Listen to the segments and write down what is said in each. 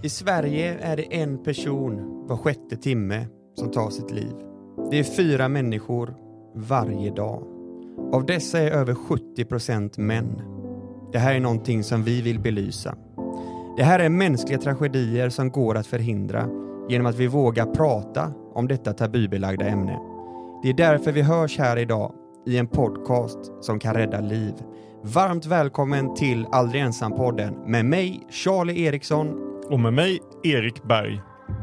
I Sverige är det en person var 6:e timme som tar sitt liv. Det är 4 människor varje dag. Av dessa är över 70% män. Det här är någonting som vi vill belysa. Det här är mänskliga tragedier som går att förhindra genom att vi vågar prata om detta tabubelagda ämne. Det är därför vi hörs här idag i en podcast som kan rädda liv. Varmt välkommen till Aldrig ensam-podden med mig, Charlie Eriksson. Och med mig, Erik Berg.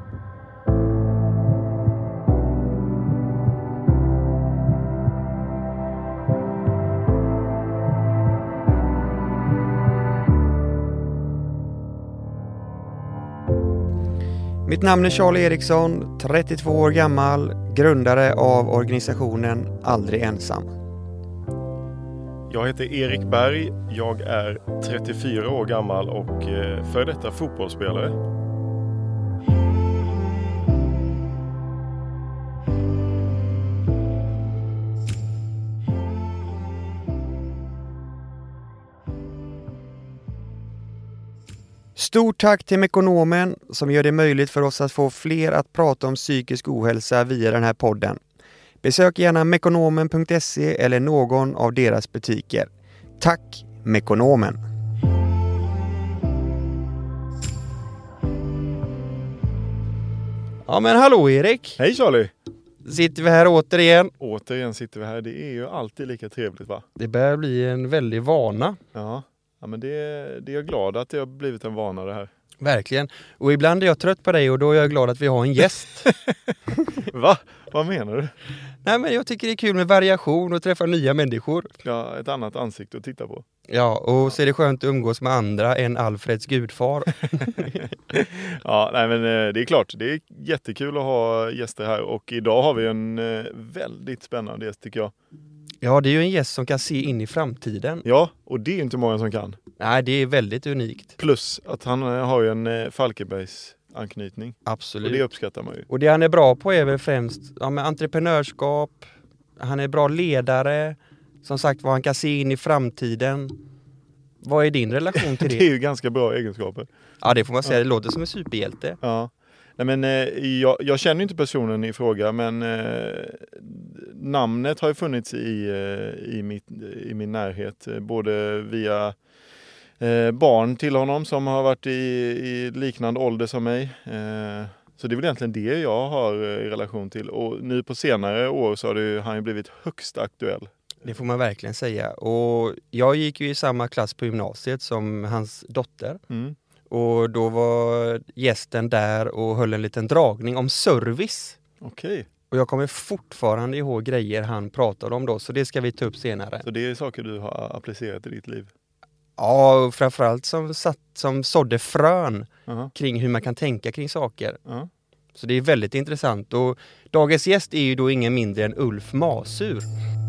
Mitt namn är Charlie Eriksson, 32 år gammal, grundare av organisationen Aldrig ensam. Jag heter Erik Berg, jag är 34 år gammal och för detta fotbollsspelare. Stort tack till Mekonomen som gör det möjligt för oss att få fler att prata om psykisk ohälsa via den här podden. Besök gärna mekonomen.se eller någon av deras butiker. Tack Mekonomen! Ja men hallå Erik! Hej Charlie! Sitter vi här återigen? Återigen sitter vi här, det är ju alltid lika trevligt va? Det börjar bli en väldig vana. Ja men det är jag glad att det har blivit en vana det här. Verkligen. Och ibland är jag trött på dig och då är jag glad att vi har en gäst. Va? Vad menar du? Nej men jag tycker det är kul med variation och träffa nya människor. Ja, ett annat ansikte att titta på. Ja, och så är det skönt att umgås med andra än Alfreds gudfar. Ja, nej men det är klart. Det är jättekul att ha gäster här och idag har vi en väldigt spännande gäst tycker jag. Ja, det är ju en gäst som kan se in i framtiden. Ja, och det är inte många som kan. Nej, det är väldigt unikt. Plus att han har ju en Falkenbergs anknytning. Absolut. Och det uppskattar man ju. Och det han är bra på är väl främst med entreprenörskap. Han är bra ledare. Som sagt, vad han kan se in i framtiden. Vad är din relation till det? Det är ju ganska bra egenskaper. Ja, det får man säga. Det låter som en superhjälte. Ja. Nej, men jag känner inte personen i fråga, men namnet har ju funnits i min närhet. Både via barn till honom som har varit i liknande ålder som mig. Så det är väl egentligen det jag har i relation till. Och nu på senare år så har han ju blivit högst aktuell. Det får man verkligen säga. Och jag gick ju i samma klass på gymnasiet som hans dotter. Mm. Och då var gästen där och höll en liten dragning om service. Okej. Och jag kommer fortfarande ihåg grejer han pratade om då. Så det ska vi ta upp senare. Så det är saker du har applicerat i ditt liv? Ja, och framförallt som sådde frön kring hur man kan tänka kring saker. Så det är väldigt intressant. Och dagens gäst är ju då ingen mindre än Ulf Masur.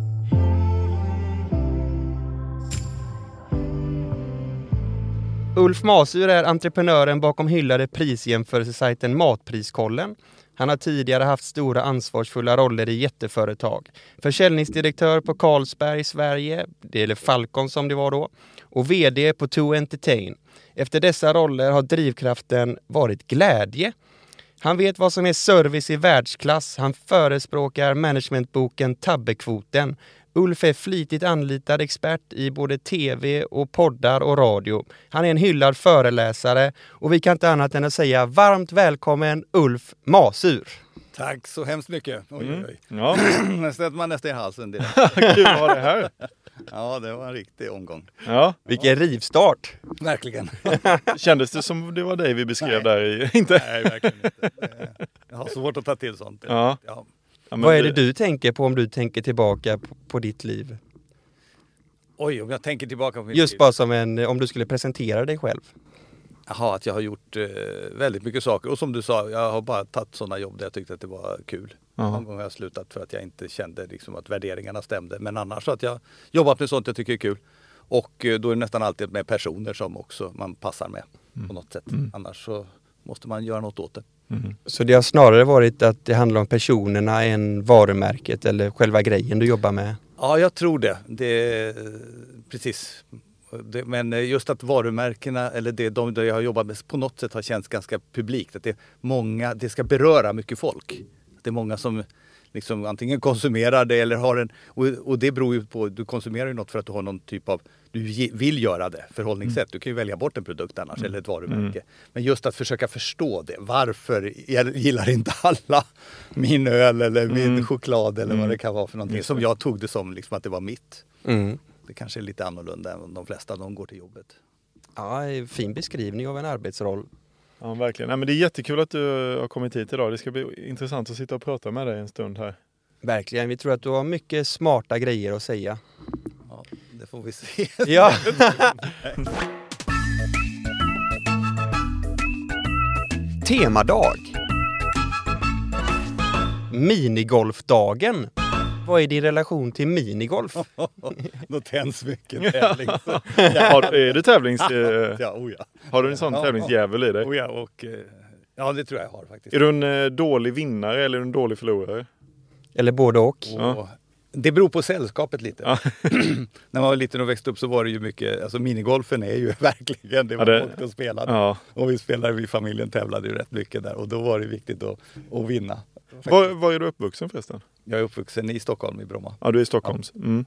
Ulf Masur är entreprenören bakom hyllade prisjämförelsesajten Matpriskollen. Han har tidigare haft stora ansvarsfulla roller i jätteföretag. Försäljningsdirektör på Carlsberg i Sverige, eller Falcon som det var då, och vd på To Entertain. Efter dessa roller har drivkraften varit glädje. Han vet vad som är service i världsklass. Han förespråkar managementboken Tabbekvoten. Ulf är flitigt anlitad expert i både tv och poddar och radio. Han är en hyllad föreläsare och vi kan inte annat än att säga varmt välkommen Ulf Masur. Tack så hemskt mycket. Oj. Ja. Nästan man nästan i halsen. Kul att ha det här. Ja, det var en riktig omgång. Ja. Vilken rivstart. Verkligen. Kändes det som det var dig vi beskrev där i? Inte? Nej, verkligen inte. Jag har svårt att ta till sånt. Ja. Ja. Ja, vad är det du tänker på om du tänker tillbaka på ditt liv? Oj, om jag tänker tillbaka på mitt Just liv. bara som om du skulle presentera dig själv. Jaha, att jag har gjort väldigt mycket saker. Och som du sa, jag har bara tagit sådana jobb där jag tyckte att det var kul. Någon gång har jag slutat för att jag inte kände liksom, att värderingarna stämde. Men annars så att jag jobbat med sånt jag tycker är kul. Och då är det nästan alltid med personer som också man passar med på något sätt. Annars så måste man göra något åt det. Så det har snarare varit att det handlar om personerna än varumärket eller själva grejen du jobbar med? Ja, jag tror det. Det är precis. Men just att varumärkena eller de jag har jobbat med på något sätt har känts ganska publikt. Att det ska beröra mycket folk. Det är många som liksom antingen konsumerar det eller har och det beror ju på, du konsumerar ju något för att du har någon typ av, du vill göra det förhållningssätt. Du kan ju välja bort en produkt annars eller ett varumärke. Men just att försöka förstå det. Varför gillar inte alla min öl eller min choklad eller vad det kan vara för någonting. Som jag tog det som liksom att det var mitt. Det kanske är lite annorlunda än de flesta, de går till jobbet. Ja, fin beskrivning av en arbetsroll. Ja, verkligen. Nej, men det är jättekul att du har kommit hit idag. Det ska bli intressant att sitta och prata med dig en stund här. Verkligen, vi tror att du har mycket smarta grejer att säga. Ja, det får vi se. Ja. Temadag. Minigolfdagen. Vad är din relation till minigolf? Då tänds mycket tävling. Är du tävlings... ja. Har du en sån tävlingsjävel i dig? Ja, det tror jag har faktiskt. Är du en dålig vinnare eller är du en dålig förlorare? Eller både och. Det beror på sällskapet lite. När man var liten och växte upp så var det ju mycket, alltså minigolfen är ju verkligen, det var folk som spelade. Ja. Och vi familjen tävlade ju rätt mycket där och då var det viktigt att vinna. Var är du uppvuxen förresten? Jag är uppvuxen i Stockholm, i Bromma. Ja, du är i Stockholm.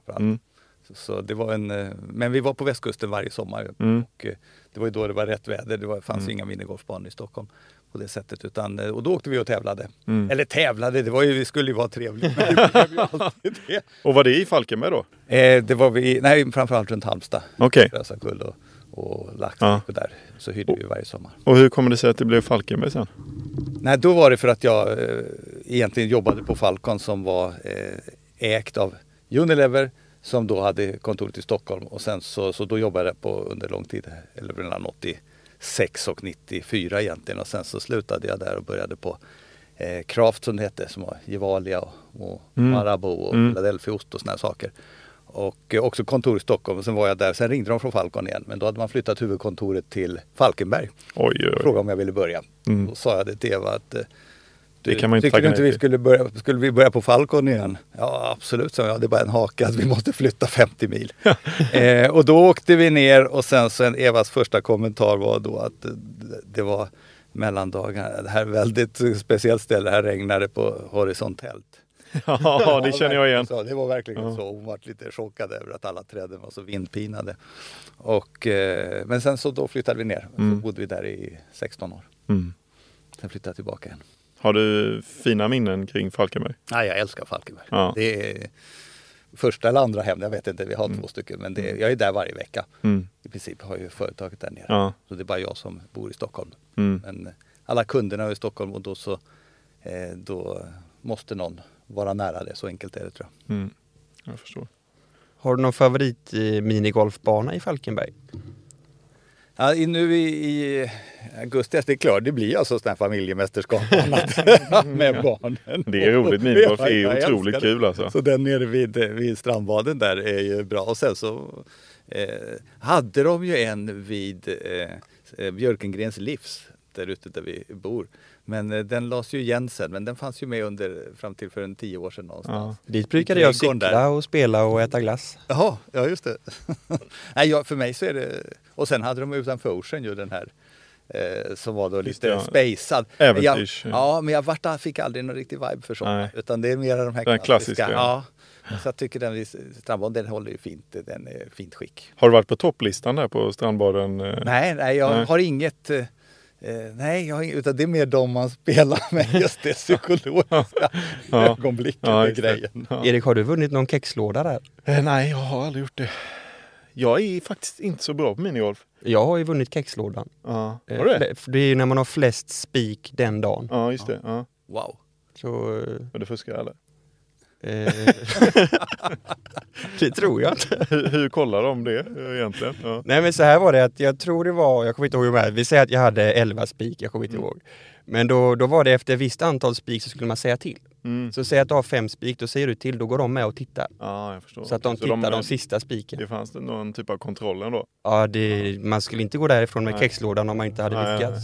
Så det var men vi var på västkusten varje sommar och det var ju då det var rätt väder. Det fanns ju inga minigolfbanor i Stockholm på det sättet och då åkte vi och tävlade. Eller tävlade, det skulle ju vara trevligt. Men det blev ju alltid det. Och var det i Falkenberg då? Det var framförallt runt Halmstad. Okej. Rösakull och Laxvik och där. Så hyrde vi varje sommar. Och hur kommer det sig att det blev Falkenberg sen? Nej, då var det för att jag egentligen jobbade på Falcon som var ägt av Unilever som då hade kontoret i Stockholm och sen så då jobbade jag på under lång tid, eller mellan 86 och 94 egentligen och sen så slutade jag där och började på Kraft som det hette, som var Gevalia och Marabou och Philadelphia-ost och såna här saker. Och också kontor i Stockholm och sen var jag där, sen ringde de från Falcon igen men då hade man flyttat huvudkontoret till Falkenberg. Oj. Frågade om jag ville börja. Då sa jag det till Eva att tycker du inte vi skulle vi börja på Falcon igen? Ja, absolut, så jag. Det är bara en haka att vi måste flytta 50 mil. Och då åkte vi ner och sen Evas första kommentar var då att det var mellandagar. Det här är väldigt speciellt ställe. Här regnade på horisontellt. Ja, det känner jag igen. Så, det var verkligen så. Hon var lite chockad över att alla träden var så vindpinade. Men sen så då flyttade vi ner. Så bodde vi där i 16 år. Sen flyttade jag tillbaka igen. Har du fina minnen kring Falkenberg? Nej, jag älskar Falkenberg. Ja. Det är första eller andra hem, jag vet inte, vi har 2 stycken. Men jag är där varje vecka. I princip har ju företaget där nere. Ja. Så det är bara jag som bor i Stockholm. Men alla kunderna är i Stockholm och då måste någon vara nära det. Så enkelt är det, tror jag. Jag förstår. Har du någon favorit minigolfbana i Falkenberg? Ja, nu i augusti, det är klart, det blir alltså sådana här familjemästerskap med barnen. Det är roligt, minigolf är ju otroligt kul alltså. Så den nere vid strandbaden där är ju bra. Och sen så hade de ju en vid Björkengrens livs, där ute där vi bor. Men den lades ju igen sen, men den fanns ju med fram till för 10 år sedan någonstans. Ja. Dit brukade jag cykla och spela och äta glass. Jaha, ja just det. Nej, för mig så är det... Och sen hade de utanför Ocean ju den här som var då lite spacad. Äventyrs. Men jag fick aldrig någon riktig vibe för sådana. Utan det är mer de här klassiska. Ja. Så jag tycker den strandbaden, den håller ju fint. Den är fint skick. Har du varit på topplistan där på strandbaden? Nej, jag har inget... utan det är mer de man spelar med, just det psykologiska ögonblicket med grejen. Ja. Erik, har du vunnit någon kexlåda där? Nej, jag har aldrig gjort det. Jag är faktiskt inte så bra på minigolf. Jag har ju vunnit kexlådan. Ja. Har du det? Det är ju när man har flest spik den dagen. Ja, just det. Ja. Wow. Så... Men det fuskar eller? Det tror jag inte. Hur kollar de det egentligen? Ja. Nej, men så här var det att jag tror det var, jag kommer inte ihåg hur många, vi säger att jag hade 11 spik, jag kommer inte ihåg. Men då var det efter ett visst antal spik så skulle man säga till. Så säg att du har 5 spik, då säger du till, då går de med och tittar. Ja, jag förstår. Så att de tittar de sista spiken. Det fanns någon typ av kontroll då? Ja, man skulle inte gå därifrån med kexlådan om man inte hade lyckats.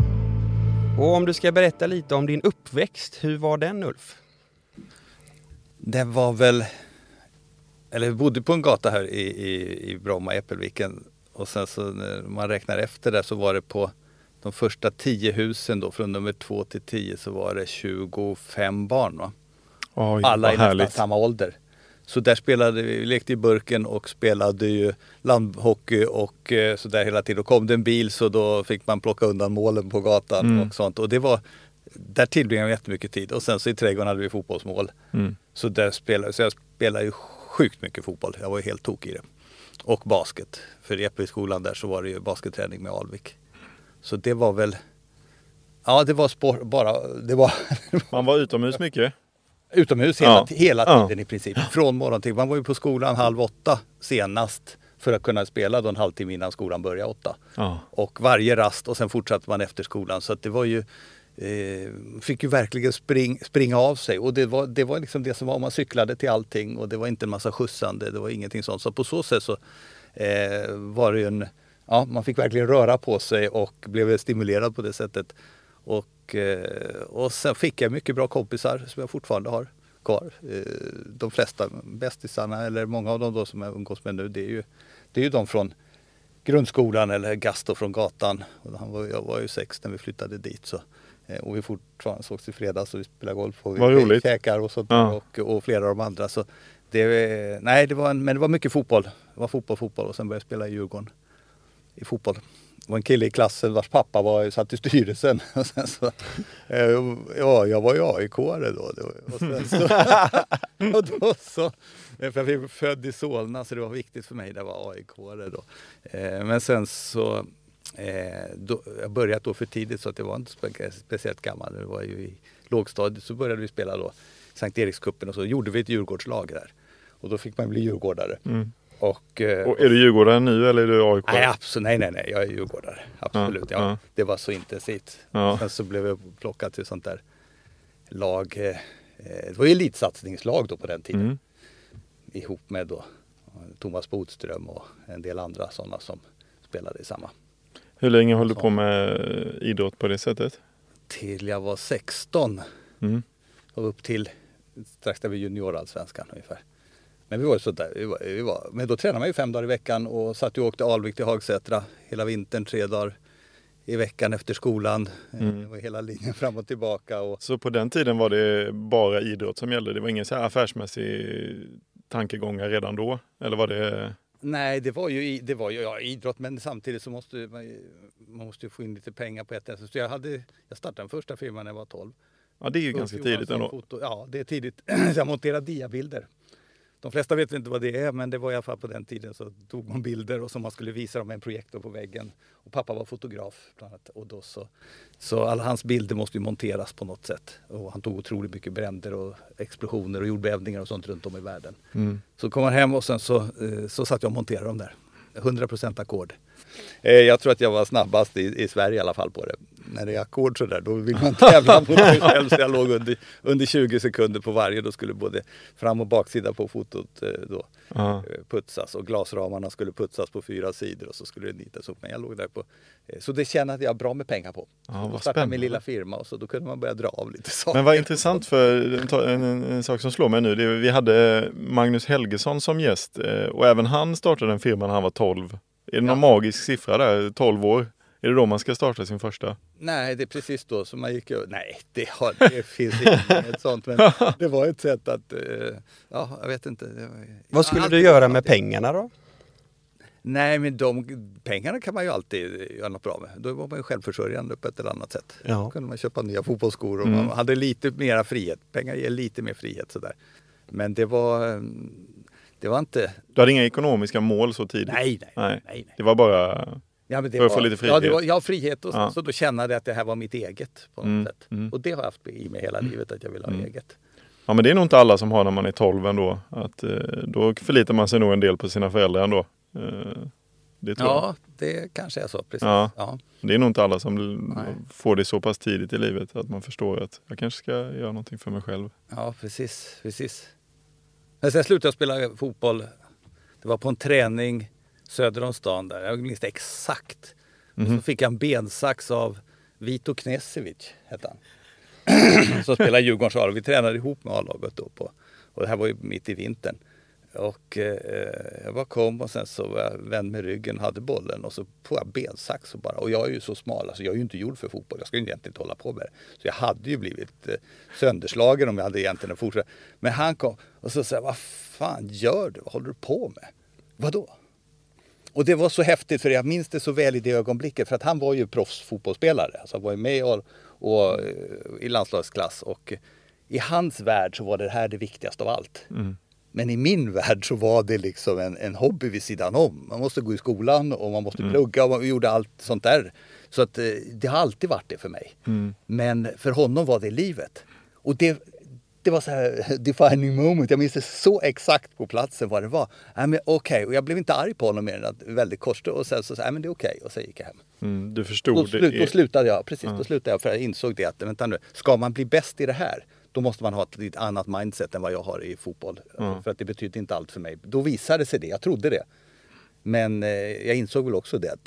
Och om du ska berätta lite om din uppväxt, hur var den, Ulf? Det var väl, eller vi bodde på en gata här i Bromma, Äppelviken. Och sen så när man räknar efter där så var det på de första 10 husen då, från nummer 2 till 10 så var det 25 barn, va? Oj, alla i härligt. nästan samma ålder. Så där spelade vi lekte i burken och spelade ju landhockey och så där hela tiden. Och kom det en bil så då fick man plocka undan målen på gatan och sånt. Och det var, där tillbringade vi jättemycket tid. Och sen så i trädgården hade vi fotbollsmål. Så jag spelade ju sjukt mycket fotboll. Jag var ju helt tokig i det. Och basket. För i Äppelskolan där så var det ju basketträning med Alvik. Så det var väl, ja det var sport bara, det var. Man var utomhus mycket. Utomhus hela tiden i princip. Från morgon till, man var ju på skolan 7:30 senast. För att kunna spela då en halvtimme innan skolan började 8. Och varje rast och sen fortsatte man efter skolan. Så att det var ju, fick ju verkligen springa av sig. Och det var liksom det som var, man cyklade till allting. Och det var inte en massa skjutsande, det var ingenting sånt. Så på så sätt så var det ju man fick verkligen röra på sig och blev stimulerad på det sättet. Och sen fick jag mycket bra kompisar som jag fortfarande har kvar. De flesta bästisarna, eller många av dem då som jag umgås med nu, det är ju de från grundskolan eller Gasto från gatan. Och jag var ju 6 när vi flyttade dit. Så, och vi fortfarande sågs i fredags och vi spelade golf och vi käkar och sånt och flera av de andra. Så det var mycket fotboll. Det var fotboll och sen började jag spela i Djurgården i fotboll. Det var en kille i klassen vars pappa satt i styrelsen. Och sen så, jag var ju AIK-are då. För jag var född i Solna så det var viktigt för mig, det var AIK-are då. Men sen så, jag började då för tidigt så att det var inte speciellt gammal. Det var ju i lågstadiet så började vi spela då Sankt Erikskuppen och så gjorde vi ett Djurgårdslag där. Och då fick man bli djurgårdare. Och är du djurgårdare nu eller är du AIK? Nej, absolut, nej, jag är djurgårdare. Absolut, det var så intensivt. Sen så blev jag plockad till sånt där lag. Det var ju elitsatsningslag då på den tiden. Ihop med då Thomas Bodström och en del andra sådana som spelade i samma. Hur länge höll du på med idrott på det sättet? Till jag var 16. Och upp till strax där vid juniorallsvenskan ungefär. Men vi var ju sådär, men då tränade man ju 5 dagar i veckan och satt och åkte Alvik till Hagsätra hela vintern 3 dagar i veckan efter skolan. Det var hela linjen fram och tillbaka. Så på den tiden var det bara idrott som gällde? Det var ingen så här affärsmässig tankegångar redan då? Eller var det... Nej, det var ju idrott, men samtidigt så måste man måste få in lite pengar på ett sätt. Så jag startade den första firman när jag var 12. Ja, det är ju ganska tidigt ändå. Ja, det är tidigt. Jag monterade diabilder. De flesta vet inte vad det är, men det var i alla fall på den tiden så tog man bilder och så man skulle visa dem med en projektor på väggen. Och pappa var fotograf bland annat. Och då så alla hans bilder måste ju monteras på något sätt. Och han tog otroligt mycket bränder och explosioner och jordbävningar och sånt runt om i världen. Så kom han hem och sen så satt jag och monterade dem där. 100% ackord. Jag tror att jag var snabbast i Sverige i alla fall på det. När det är ackord sådär, då vill man tävla mot sig själv. Så jag låg under 20 sekunder på varje. Då skulle både fram- och baksida på fotot putsas. Och glasramarna skulle putsas på 4 sidor och så skulle det nitas upp. Men jag låg där på. Så det tjänade jag bra med pengar på. Ja, startade min lilla firma och så då kunde man börja dra av lite saker. Men vad intressant, för en sak som slår mig nu. Vi hade Magnus Helgesson som gäst och även han startade en firma när han var 12. Är det någon magisk siffra där, 12 år? Är det då man ska starta sin första? Nej, det är precis då som man gick. Nej, det finns inget sånt. Men det var ett sätt att, jag vet inte. Vad skulle du göra med pengarna då? Nej, men de pengarna kan man ju alltid göra något bra med. Då var man ju självförsörjande på ett eller annat sätt. Ja. Då kunde man köpa nya fotbollsskor och man hade lite mera frihet. Pengar ger lite mer frihet sådär. Men det var inte... Du hade inga ekonomiska mål så tidigt? Nej. Det var bara... Ja, men för att få lite frihet? Ja, frihet och så då kände jag att det här var mitt eget på något sätt. Och det har jag haft i mig hela livet, att jag vill ha eget. Ja, men det är nog inte alla som har när man är 12 ändå. Att, då förlitar man sig nog en del på sina föräldrar ändå. Det tror jag. Det kanske är så, precis. Ja. Det är nog inte alla som får det så pass tidigt i livet att man förstår att jag kanske ska göra någonting för mig själv. Ja, precis. Men sen slutade jag spela fotboll. Det var på en träning söder om stan där. Jag minns det exakt. Och så fick jag en bensax av Vito Knesevic, hette han. Så spelade Djurgårdens A-lag. Vi tränade ihop med A-laget då Och det här var ju mitt i vintern. Och jag bara kom och sen så var jag vänd med ryggen, hade bollen och så får jag bensax och bara. Och jag är ju så smal, alltså jag är ju inte gjord för fotboll. Jag ska ju egentligen inte hålla på med det. Så jag hade ju blivit sönderslagen om jag hade egentligen fortsatt. Men han kom och så sa, vad fan gör du? Vad håller du på med? Vadå? Och det var så häftigt för jag minns det så väl i det ögonblicket. För att han var ju proffsfotbollsspelare. Alltså han var ju med och i landslagsklass. Och i hans värld så var det här det viktigaste av allt. Mm. Men i min värld så var det liksom en hobby vid sidan om. Man måste gå i skolan och man måste plugga och man gjorde allt sånt där. Så att det har alltid varit det för mig. Mm. Men för honom var det livet. Och det var så här defining moment. Jag minns det så exakt på platsen vad det var. Okej. Och jag blev inte arg på honom mer än att väldigt kort. Och sen så sa men det är okej. Och så gick jag hem. Mm, du förstod Då slutade jag. Precis, då slutade jag. För jag insåg det att vänta nu, ska man bli bäst i det här? Då måste man ha ett lite annat mindset än vad jag har i fotboll. För att det betyder inte allt för mig. Då visade sig det, jag trodde det. Men jag insåg väl också det.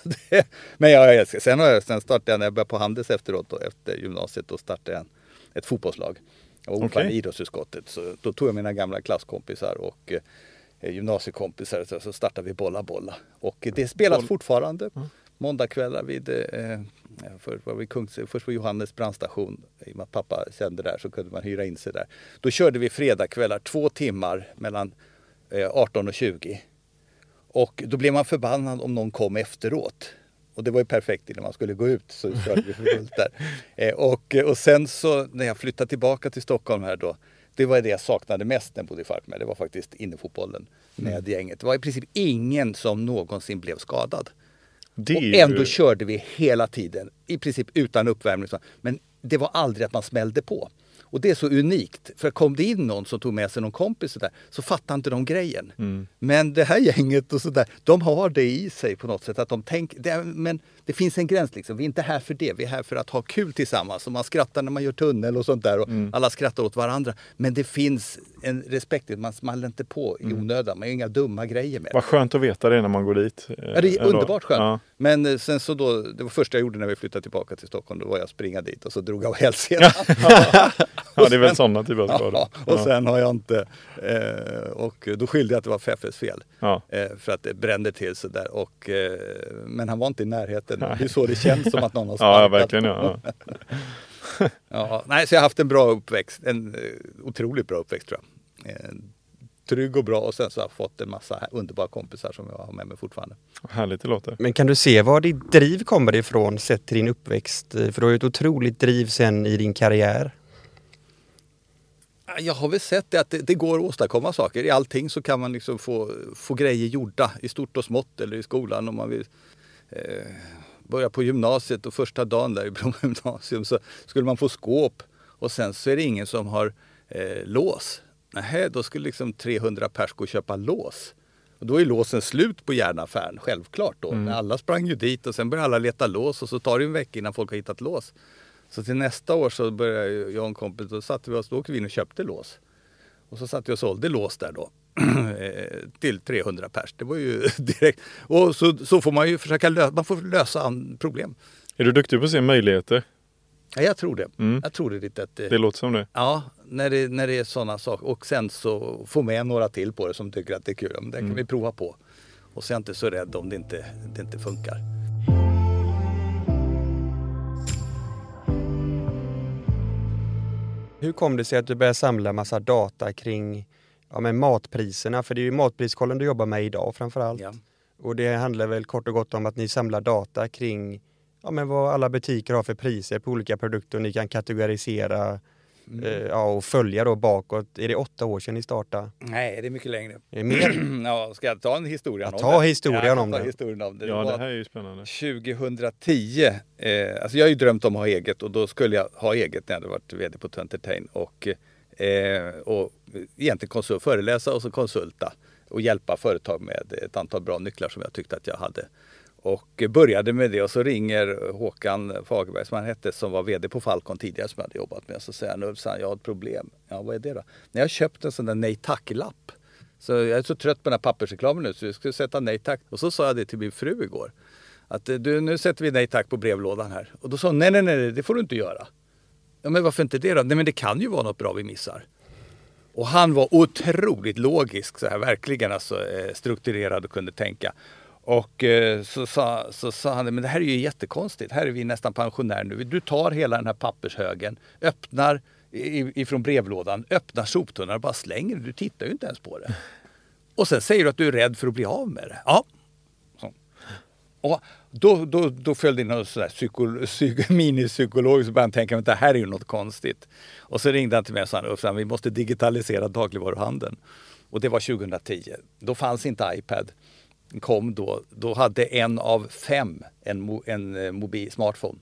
Men sen startade jag, när jag började på Handels efteråt, efter gymnasiet, då startade jag ett fotbollslag. Jag var ordförande i idrottsutskottet. Så då tog jag mina gamla klasskompisar och gymnasiekompisar. Så startade vi Bolla. Och det spelas fortfarande. Måndagkvällar vid först var Johannes brandstation. I och med att pappa kände där så kunde man hyra in sig där. Då körde vi fredagkvällar 2 timmar mellan 18 och 20. Och då blev man förbannad om någon kom efteråt. Och det var ju perfekt innan man skulle gå ut, så körde vi för fullt där. Och sen så när jag flyttade tillbaka till Stockholm här då, det var det jag saknade mest när jag bodde i Falkenberg. Det var faktiskt innefotbollen med gänget. Det var i princip ingen som någonsin blev skadad. Och ändå körde vi hela tiden, i princip utan uppvärmning. Men det var aldrig att man smällde på. Och det är så unikt. För kom det in någon som tog med sig någon kompis så, där, så fattade inte de grejen. Mm. Men det här gänget och sådär, de har det i sig på något sätt. Att de tänker, men det finns en gräns liksom. Vi är inte här för det. Vi är här för att ha kul tillsammans. Och man skrattar när man gör tunnel och sånt där. Och alla skrattar åt varandra. Men det finns en respekt. Man smäller inte på i onödan. Man gör inga dumma grejer med det. Vad skönt att veta det när man går dit. Ja, det är underbart skönt. Ja. Men sen så då, det var första jag gjorde när vi flyttade tillbaka till Stockholm. Då var jag springa dit och så drog jag av hälsenan. Ja, det är väl sådana typer av skador. Ja, och sen har jag inte... och då skyllde jag att det var Feffes fel. Ja. För att det brände till så där. Men han var inte i närheten. Nej. Det är så det känns som att någon har sparkat. Ja, verkligen. Ja. Så jag har haft en bra uppväxt. En otroligt bra uppväxt tror jag. Trygg och bra. Och sen så har jag fått en massa underbara kompisar som jag har med mig fortfarande. Härligt det låter. Men kan du se var ditt driv kommer ifrån sett till din uppväxt? För du har ju ett otroligt driv sen i din karriär. Jag har väl sett det att det går att åstadkomma saker. I allting så kan man liksom få grejer gjorda i stort och smått eller i skolan. Om man vill börja på gymnasiet och första dagen där i Bromma gymnasium så skulle man få skåp. Och sen så är det ingen som har lås. Nej, då skulle liksom 300 pers gå och köpa lås. Och då är låsen slut på järnaffären, självklart då. Men alla sprang ju dit och sen började alla leta lås och så tar det en vecka innan folk har hittat lås. Så till nästa år så började jag och en kompis, då åkte vi in och köpte lås. Och så satt vi och sålde lås där då. Till 300 pers. Det var ju direkt. Och så får man ju försöka lösa problem. Är du duktig på att se möjligheter? Ja, jag tror det. Jag tror det lite att... Det låter som det. Ja, när det är sådana saker. Och sen så får med några till på det som tycker att det är kul. Men det kan vi prova på. Och så är jag inte så rädd om det inte funkar. Hur kom det sig att du började samla massa data kring matpriserna? För det är ju matpriskollen du jobbar med idag framförallt. Ja. Och det handlar väl kort och gott om att ni samlar data kring vad alla butiker har för priser på olika produkter. Och ni kan kategorisera och följa då bakåt. Är det 8 år sedan ni startade? Nej, det är mycket längre. Är det mer? Ja, ska jag ta en historia om det? Ta historien om det. Ja, det här är ju spännande. 2010, alltså jag har ju drömt om att ha eget och då skulle jag ha eget när jag hade varit vd på Entertain och egentligen föreläsa och så konsulta och hjälpa företag med ett antal bra nycklar som jag tyckte att jag hade. Och började med det och så ringer Håkan Fagerberg som han hette som var vd på Falcon tidigare som jag hade jobbat med. Så säger han, Ulfsan, jag har ett problem. Ja, vad är det då? När jag köpte en sån där nej tack-lapp. Så jag är så trött på den här pappersreklamen nu så jag skulle sätta nej tack. Och så sa jag det till min fru igår. Att nu sätter vi nej tack på brevlådan här. Och då sa hon, nej, det får du inte göra. Ja, men varför inte det då? Nej, men det kan ju vara något bra vi missar. Och han var otroligt logisk, så här, verkligen alltså, strukturerad och kunde tänka. Och så sa han, men det här är ju jättekonstigt, här är vi nästan pensionär nu. Du tar hela den här pappershögen, öppnar ifrån brevlådan, öppnar soptunnan och bara slänger det. Du tittar ju inte ens på det. Och sen säger du att du är rädd för att bli av med det. Ja. Så. Och då följde in någon sån där minipsykolog som började tänka att det här är ju något konstigt. Och så ringde han till mig och sa vi måste digitalisera dagligvaruhandeln. Och det var 2010. Då fanns inte iPad. Kom då hade 1 av 5 en mobil smartphone.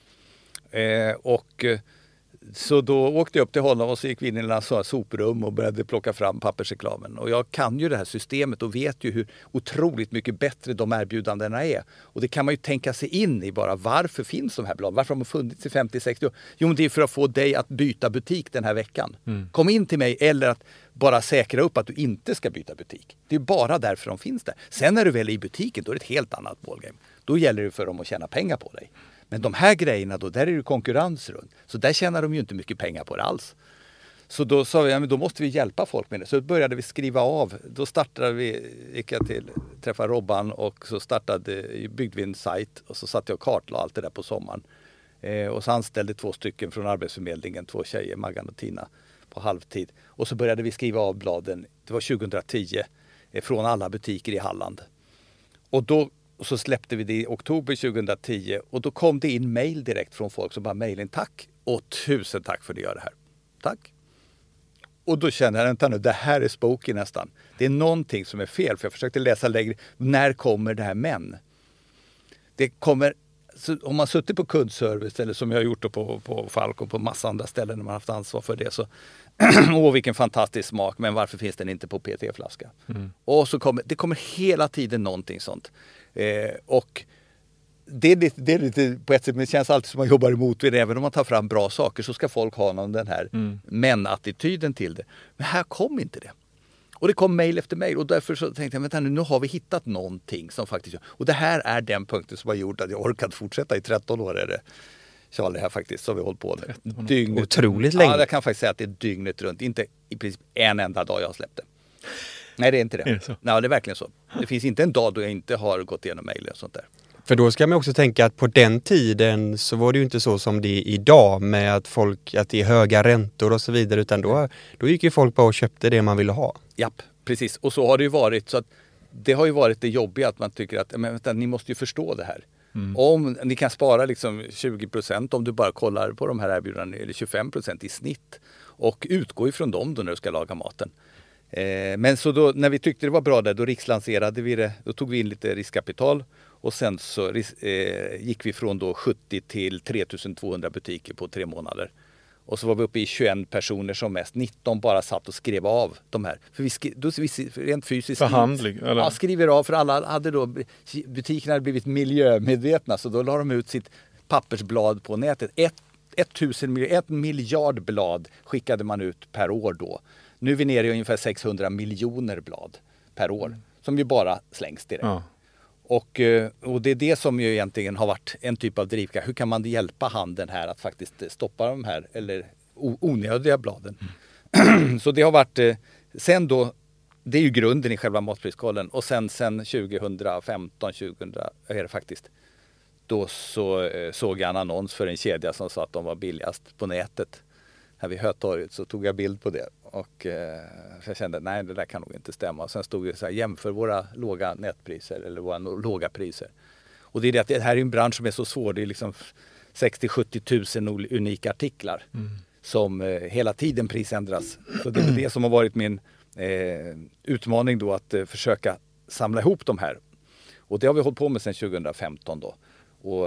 Så då åkte jag upp till honom och så gick vi in i en soprum och började plocka fram pappersreklamen. Och jag kan ju det här systemet och vet ju hur otroligt mycket bättre de erbjudandena är. Och det kan man ju tänka sig in i bara. Varför finns de här bladen? Varför har de funnits i 50-60 år? Jo, men det är för att få dig att byta butik den här veckan. Kom in till mig eller att bara säkra upp att du inte ska byta butik. Det är bara därför de finns där. Sen när du väl är i butiken, då är det ett helt annat ballgame. Då gäller det för dem att tjäna pengar på dig. Men de här grejerna då, där är det konkurrens runt. Så där tjänar de ju inte mycket pengar på det alls. Så då sa vi, men då måste vi hjälpa folk med det. Så började vi skriva av. Då gick jag träffa Robban och så byggde vi en sajt. Och så satt jag och kartlade allt det där på sommaren. Och så anställde 2 stycken från Arbetsförmedlingen, 2 tjejer, Maggan och Tina, på halvtid. Och så började vi skriva av bladen, det var 2010, från alla butiker i Halland. Och så släppte vi det i oktober 2010 och då kom det in mejl direkt från folk som bara mejlade tack och 1000 tack för att ni gör det här. Tack. Och då känner jag, vänta nu, det här är spooky nästan. Det är någonting som är fel, för jag försökte läsa längre. När kommer det här men? Det kommer, om man suttit på kundservice eller som jag har gjort på Falk och på massa andra ställen när man har haft ansvar för det, så vilken fantastisk smak, men varför finns den inte på PET-flaska? Och så kommer hela tiden någonting sånt. Och det är lite på ett sätt, men det känns alltid som man jobbar emot det. Även om man tar fram bra saker så ska folk ha den här men-attityden till det. Men här kom inte det. Och det kom mejl efter mejl och därför så tänkte jag, vänta nu har vi hittat någonting som faktiskt, och det här är den punkten som har gjort att jag orkat fortsätta i 13 år är det. Charlie här faktiskt, så har vi hållit på det. Otroligt länge. Ja, jag kan faktiskt säga att det är dygnet runt. Inte i princip en enda dag jag har släppt det. Nej, det är inte det. Är det så? Nej, det är verkligen så. Det finns inte en dag då jag inte har gått igenom mejl och sånt där. För då ska man också tänka att på den tiden så var det ju inte så som det är idag med att det är höga räntor och så vidare, utan då gick ju folk bara och köpte det man ville ha. Japp, precis. Och så har det ju varit. Så att det har ju varit det jobbiga att man tycker att men vänta, ni måste ju förstå det här. Om ni kan spara liksom 20% om du bara kollar på de här erbjudandena, eller 25% i snitt, och utgå ifrån dem då när du ska laga maten. Men så då, när vi tyckte det var bra där, då rikslanserade vi det. Då tog vi in lite riskkapital och sen så gick vi från då 70 till 3200 butiker på 3 månader. Och så var vi uppe i 21 personer som mest. 19 bara satt och skrev av de här. För vi rent fysiskt förhandling, eller? Ja, skriver av, för alla hade då, butikerna hade blivit miljömedvetna, så då la de ut sitt pappersblad på nätet. 1 miljard blad skickade man ut per år då. Nu är vi nere i ungefär 600 miljoner blad per år som ju bara slängs direkt. Ja. Och det är det som ju egentligen har varit en typ av drivkraft. Hur kan man hjälpa handeln här att faktiskt stoppa de här eller onödiga bladen? Så det har varit, sen då, det är ju grunden i själva matpriskollen, och sen 2015, 2000 är det faktiskt, då så såg jag en annons för en kedja som sa att de var billigast på nätet. Här vid Hötorget, så tog jag bild på det och jag kände nej, det där kan nog inte stämma. Och sen stod det så här, jämför våra låga nätpriser eller våra låga priser. Och det är det att det här är en bransch som är så svår. Det är liksom 60-70 000 unika artiklar som hela tiden prisändras. Så det är det som har varit min utmaning då, att försöka samla ihop de här. Och det har vi hållit på med sedan 2015 då. Och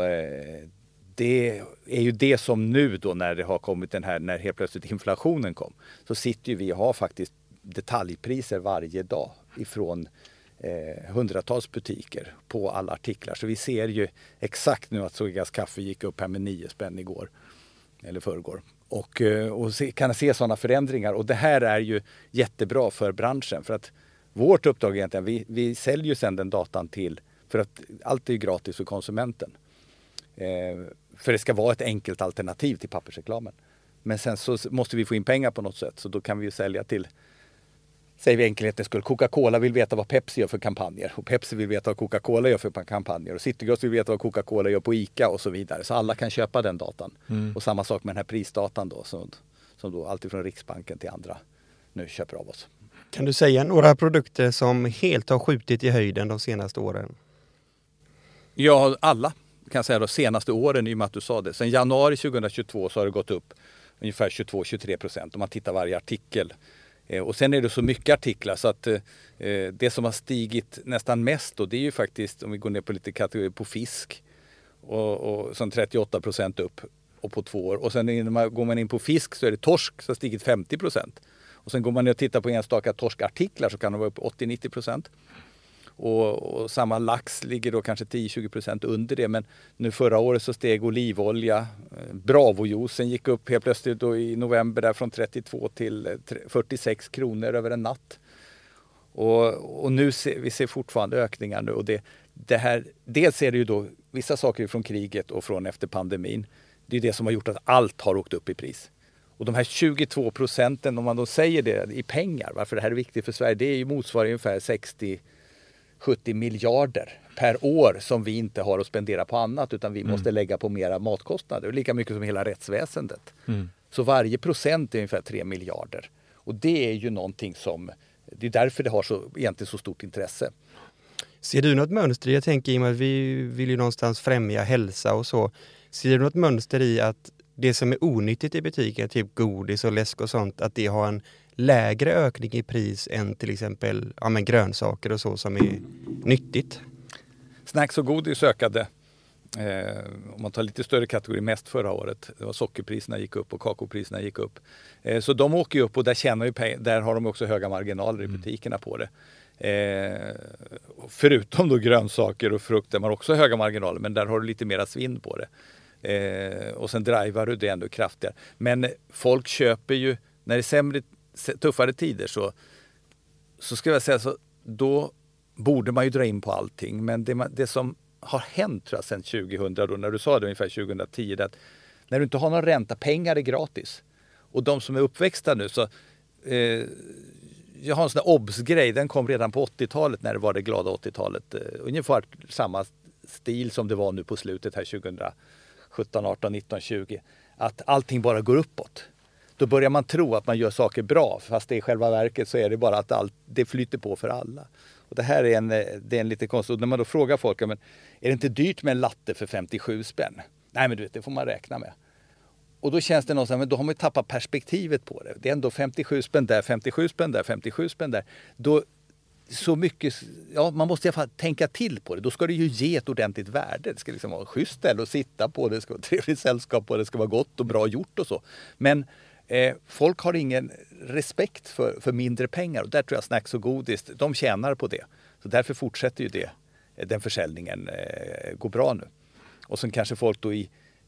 det är ju det som nu då, när det har kommit den här, när helt plötsligt inflationen kom, så sitter ju vi och har faktiskt detaljpriser varje dag ifrån hundratals butiker på alla artiklar. Så vi ser ju exakt nu att Sågas kaffe gick upp här med 9 spänn igår eller förrgår. Och kan se sådana förändringar, och det här är ju jättebra för branschen, för att vårt uppdrag egentligen, vi säljer ju sedan den datan till, för att allt är ju gratis för konsumenten. För det ska vara ett enkelt alternativ till pappersreklamen. Men sen så måste vi få in pengar på något sätt. Så då kan vi ju sälja till, säger vi enkelhetens skull, Coca-Cola vill veta vad Pepsi gör för kampanjer. Och Pepsi vill veta vad Coca-Cola gör för kampanjer. Och Citygross vill veta vad Coca-Cola gör på ICA och så vidare. Så alla kan köpa den datan. Och samma sak med den här prisdatan då. Som då alltid från Riksbanken till andra nu köper av oss. Kan du säga några produkter som helt har skjutit i höjden de senaste åren? Ja, alla kan jag säga de senaste åren, i och med att du sa det. Sen januari 2022 så har det gått upp ungefär 22-23% om man tittar varje artikel. Och sen är det så mycket artiklar så att det som har stigit nästan mest då, det är ju faktiskt, om vi går ner på lite kategorier, på fisk och som 38% upp och på 2 år. Och sen går man in på fisk så är det torsk som har stigit 50%. Och sen går man ner och tittar på enstaka torskartiklar så kan det vara upp 80-90%. Och samma lax ligger då kanske 10-20% under det. Men nu förra året så steg olivolja, Bravojuicen gick upp helt plötsligt då i november där från 32 till 46 kronor över en natt. Och nu vi ser fortfarande ökningar nu. Och det här, dels är det ju då vissa saker från kriget och från efter pandemin. Det är det som har gjort att allt har åkt upp i pris. Och de här 22%, om man då säger det i pengar, varför det här är viktigt för Sverige, det är ju motsvarar ungefär 60-70 miljarder per år som vi inte har att spendera på annat, utan vi måste lägga på mera matkostnader. Lika mycket som hela rättsväsendet. Så varje procent är ungefär 3 miljarder. Och det är ju någonting som, det är därför det har egentligen så stort intresse. Ser du något mönster? Jag tänker i och med att vi vill ju någonstans främja hälsa och så. Ser du något mönster i att det som är onyttigt i butiken, typ godis och läsk och sånt, att det har en lägre ökning i pris än till exempel grönsaker och så som är nyttigt? Snacks och godis ökade, om man tar lite större kategori, mest förra året. Det var sockerpriserna gick upp och kakaopriserna gick upp. Så de åker ju upp och där har de också höga marginaler i butikerna på det. Förutom då grönsaker och frukt där man också har höga marginaler, men där har du lite mera svinn på det. Och sen drivar du det ändå kraftigare. Men folk köper ju, när det är tuffare tider så ska jag säga så, då borde man ju dra in på allting. Men det som har hänt tror jag sedan 2000 då, när du sa det ungefär 2010, det att när du inte har någon ränta, pengar är gratis. Och de som är uppväxta nu så jag har en sån där obs-grej, den kom redan på 80-talet när det var det glada 80-talet. Ungefär samma stil som det var nu på slutet här 2017, 18, 19, 20. Att allting bara går uppåt. Då börjar man tro att man gör saker bra, fast i själva verket så är det bara att det flyter på för alla. Och det här är en lite konstigt. Och när man då frågar folk, men är det inte dyrt med en latte för 57 spänn? Nej, men du vet, det får man räkna med. Och då känns det någonstans, men då har man ju tappat perspektivet på det. Det är ändå 57 spänn där, 57 spänn där, 57 spänn där. Då så mycket, ja, man måste i alla fall tänka till på det. Då ska det ju ge ett ordentligt värde. Det ska liksom vara schysst ställe att sitta på, det ska vara trevligt sällskap och det ska vara gott och bra gjort och så. Men folk har ingen respekt för mindre pengar, och där tror jag snacks och godis, de tjänar på det. Så därför fortsätter ju den försäljningen går bra nu. Och sen kanske folk då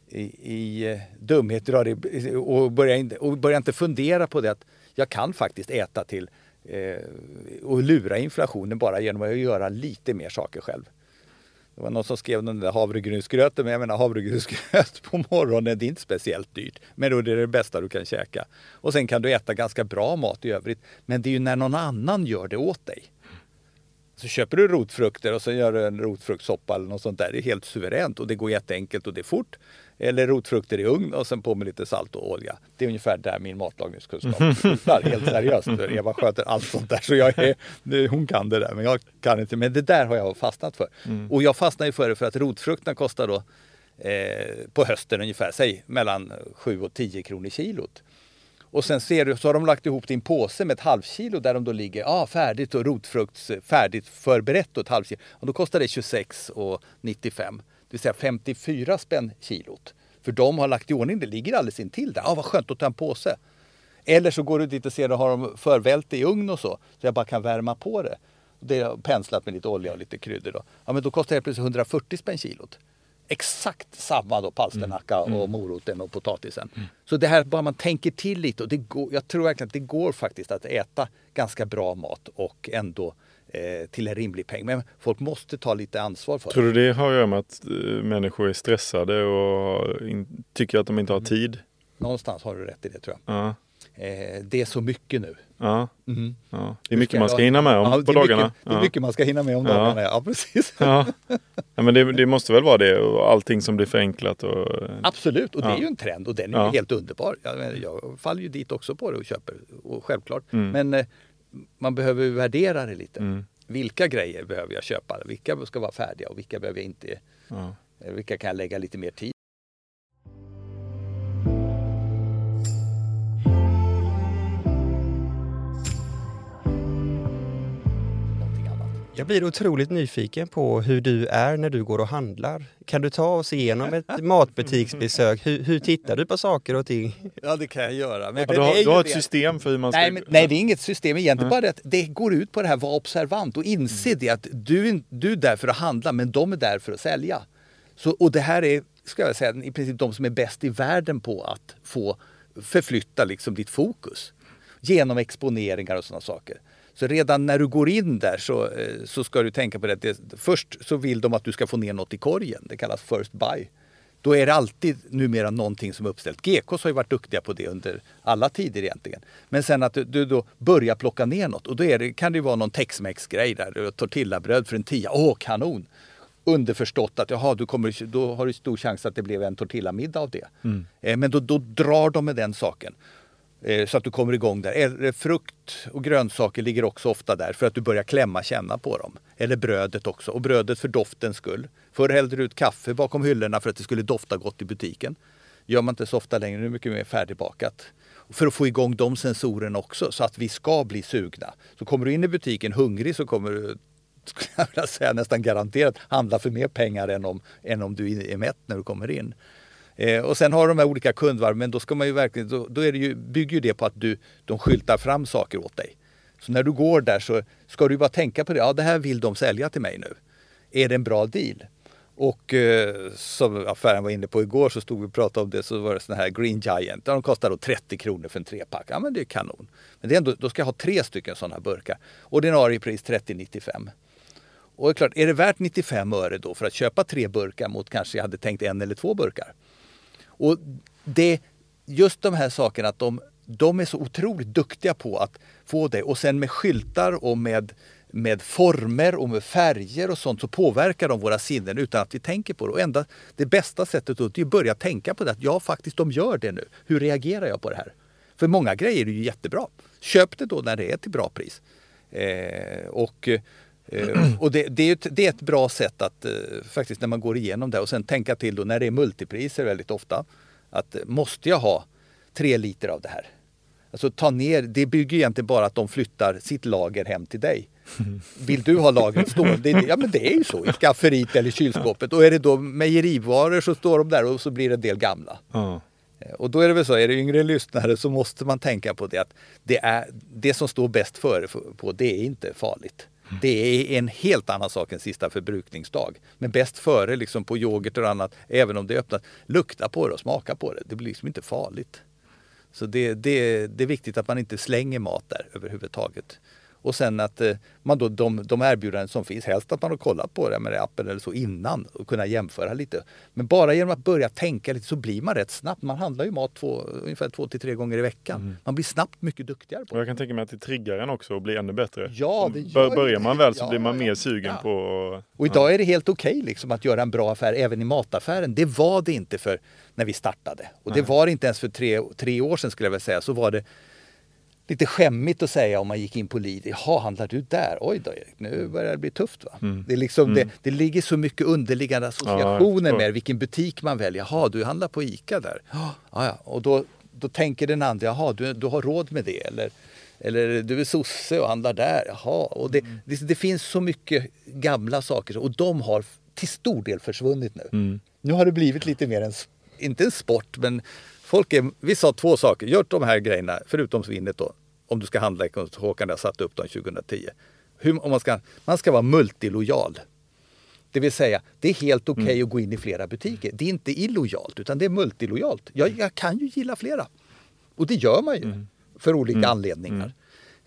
i dumhet drar det och börjar inte fundera på det, att jag kan faktiskt äta till och lura inflationen bara genom att göra lite mer saker själv. Det var någon som skrev den där havregrynsgröten, men jag menar havregrynsgröt på morgonen, det är inte speciellt dyrt. Men då är det bästa du kan käka. Och sen kan du äta ganska bra mat i övrigt. Men det är ju när någon annan gör det åt dig. Så köper du rotfrukter och så gör du en rotfruktsoppa eller något sånt där. Det är helt suveränt och det går jätteenkelt och det är fort. Eller rotfrukter i ugn och sen på med lite salt och olja. Det är ungefär där min matlagningskunskap slutar. Helt seriöst. Eva sköter allt sånt där, så hon kan det där, men jag kan inte. Men det där har jag fastnat för. Och jag fastnar ju för det för att rotfrukterna kostar då på hösten ungefär, säg mellan 7 och 10 kronor kilot. Och sen så har de lagt ihop din påse med ett halvkilo där de då ligger färdigt och rotfrukts färdigt förberett och ett halvkilo. Och då kostar det 26,95. Det vill säga 54 spänn kilot. För de har lagt i ordning, det ligger alldeles intill där. Vad skönt att ta en påse. Eller så går du dit och ser att har de förvält i ugn och så jag bara kan värma på det. Det är penslat med lite olja och lite kryddor då. Ja, men då kostar det plötsligt 140 spänn kilot. Exakt samma då, palsternacka och moroten och potatisen. Så det här, bara man tänker till lite, och jag tror verkligen att det går faktiskt att äta ganska bra mat och ändå till en rimlig peng. Men folk måste ta lite ansvar för det. Tror du det har att göra med att människor är stressade och tycker att de inte har tid? Någonstans har du rätt i det, tror jag. Ja. Det är så mycket nu. Ja. Ja. Det är mycket man ska hinna med om på dagarna. Det är mycket man ska hinna med om dagarna, ja precis. Ja. Ja, men det måste väl vara det, och allting som blir förenklat. Absolut, och det är ju en trend och den är ju helt underbar. Jag faller ju dit också på det och köper, och självklart. Men man behöver värdera det lite. Vilka grejer behöver jag köpa? Vilka ska vara färdiga och vilka behöver jag inte? Vilka kan jag lägga lite mer tid? Jag blir otroligt nyfiken på hur du är när du går och handlar. Kan du ta oss igenom ett matbutiksbesök? Hur tittar du på saker och ting? Ja, det kan jag göra. Men du har ett system för hur man ska... Nej, det är inget system egentligen. Bara att det går ut på det här, vara observant och inse det att du är där för att handla, men de är där för att sälja. Och det här är, ska jag säga, i princip de som är bäst i världen på att få förflytta liksom ditt fokus genom exponeringar och sådana saker. Så redan när du går in där så ska du tänka på det. Först så vill de att du ska få ner något i korgen. Det kallas first buy. Då är det alltid numera någonting som är uppställt. GKs har ju varit duktiga på det under alla tider egentligen. Men sen att du då börjar plocka ner något. Och då kan det ju vara någon Tex-Mex-grej där. Du tortillabröd för en 10. Kanon! Underförstått att då har du stor chans att det blev en tortillamiddag av det. Men då drar de med den saken. Så att du kommer igång där. Frukt och grönsaker ligger också ofta där för att du börjar känna på dem. Eller brödet också. Och brödet för doftens skull. Förr hällde du ut kaffe bakom hyllorna för att det skulle dofta gott i butiken. Gör man inte så ofta längre, nu är det mycket mer färdigbakat. För att få igång de sensorerna också så att vi ska bli sugna. Så kommer du in i butiken hungrig så kommer du, skulle jag vilja säga, nästan garanterat handla för mer pengar än om du är mätt när du kommer in. Och sen har de här olika kundvarv, men då ska man ju verkligen, då är det ju, bygger ju det på att de skyltar fram saker åt dig. Så när du går där så ska du bara tänka på det. Ja, det här vill de sälja till mig nu. Är det en bra deal? Och som affären var inne på igår så stod vi och pratade om det, så var det sån här Green Giant. De kostar då 30 kronor för en 3-pack. Ja, men det är kanon. Men det är ändå, då ska jag ha 3 stycken sådana burkar. Ordinarie pris 30,95. Och det är klart, är det värt 95 öre då för att köpa 3 burkar mot kanske jag hade tänkt 1 eller 2 burkar? Och det, just de här sakerna att de är så otroligt duktiga på att få det. Och sen med skyltar och med former och med färger och sånt så påverkar de våra sinnen utan att vi tänker på det. Och det bästa sättet är att börja tänka på det. Att ja, faktiskt de gör det nu. Hur reagerar jag på det här? För många grejer är ju jättebra. Köp det då när det är till bra pris. Och det är ett bra sätt att faktiskt när man går igenom det och sen tänka till då när det är multipriser väldigt ofta att måste jag ha 3 liter av det här? Alltså ta ner, det bygger egentligen bara att de flyttar sitt lager hem till dig. Vill du ha lagret stående? Ja, men det är ju så i skafferiet eller kylskåpet. Och är det då mejerivaror så står de där och så blir det en del gamla. Och då är det väl så, är det yngre lyssnare så måste man tänka på det att det som står bäst före på det är inte farligt. Det är en helt annan sak än sista förbrukningsdag. Men bäst före liksom på yoghurt och annat, även om det är öppnat, lukta på det och smaka på det. Det blir liksom inte farligt. Så det är viktigt att man inte slänger mat där överhuvudtaget. Och sen att man då, de erbjudanden som finns, helst att man har kollat på det med appen eller så innan och kunna jämföra lite. Men bara genom att börja tänka lite så blir man rätt snabbt. Man handlar ju mat ungefär 2 till 3 gånger i veckan. Man blir snabbt mycket duktigare på det. Och jag kan tänka mig att det triggar en också och blir ännu bättre. Ja, det gör börjar man väl så blir man mer sugen på... Och idag är det helt okej liksom att göra en bra affär även i mataffären. Det var det inte för när vi startade. Och det var det inte ens för 3 år sedan skulle jag väl säga. Så var det lite skämmigt att säga om man gick in på Lidl. Jaha, handlar du där? Oj då, nu börjar det bli tufft va? Det är liksom det ligger så mycket underliggande associationer med vilken butik man väljer. Jaha, du handlar på ICA där. Ja. Och då tänker den andra, jaha, du har råd med det. Eller du är sosse och handlar där. Jaha, och det finns så mycket gamla saker och de har till stor del försvunnit nu. Nu har det blivit lite mer inte en sport, men vi sa 2 saker. Gör de här grejerna, förutom svinnet då. Om du ska handla i Håkan, jag satte upp dem 2010. Man ska vara multilojal. Det vill säga, det är helt okej att gå in i flera butiker. Det är inte illojalt, utan det är multilojalt. Jag kan ju gilla flera. Och det gör man ju för olika anledningar.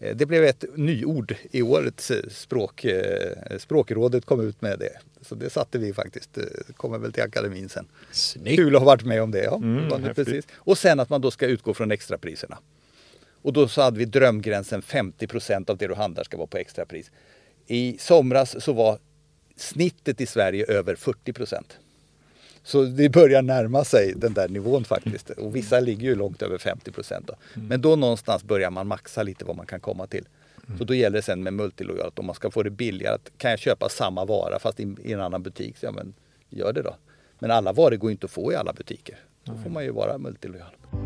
Det blev ett nyord i årets språkrådet kom ut med det. Så det satte vi faktiskt, kommer väl till akademin sen. Snyggt. Kul att ha varit med om det. Ja. Precis. Och sen att man då ska utgå från extrapriserna. Och då så hade vi drömgränsen 50% av det du handlar ska vara på extrapris. I somras så var snittet i Sverige över 40%. Så det börjar närma sig den där nivån faktiskt. Och vissa ligger ju långt över 50% då. Men då någonstans börjar man maxa lite vad man kan komma till. Så då gäller det sen med multilojal att om man ska få det billigare, att kan jag köpa samma vara fast i en annan butik, så ja men gör det då. Men alla varor går inte att få i alla butiker. Då får man ju vara multilojal.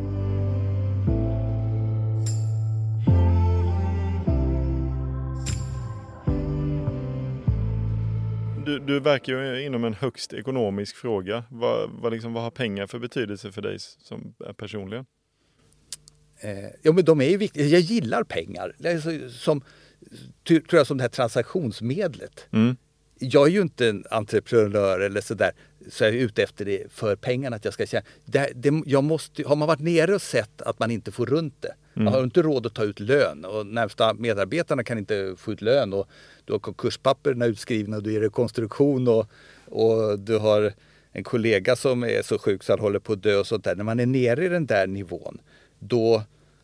Du verkar ju inom en högst ekonomisk fråga. Vad har pengar för betydelse för dig som personligen? Ja, men de är ju viktiga. Jag gillar pengar. Tror jag som det här transaktionsmedlet. Jag är ju inte en entreprenör eller sådär, så jag är ute efter det för pengarna att jag ska tjäna. Har man varit nere och sett att man inte får runt det. Man har inte råd att ta ut lön och närmsta medarbetarna kan inte få ut lön och du har konkurspapperna utskrivna och du är i rekonstruktion och du har en kollega som är så sjuk så han håller på att dö och sånt där. När man är nere i den där nivån då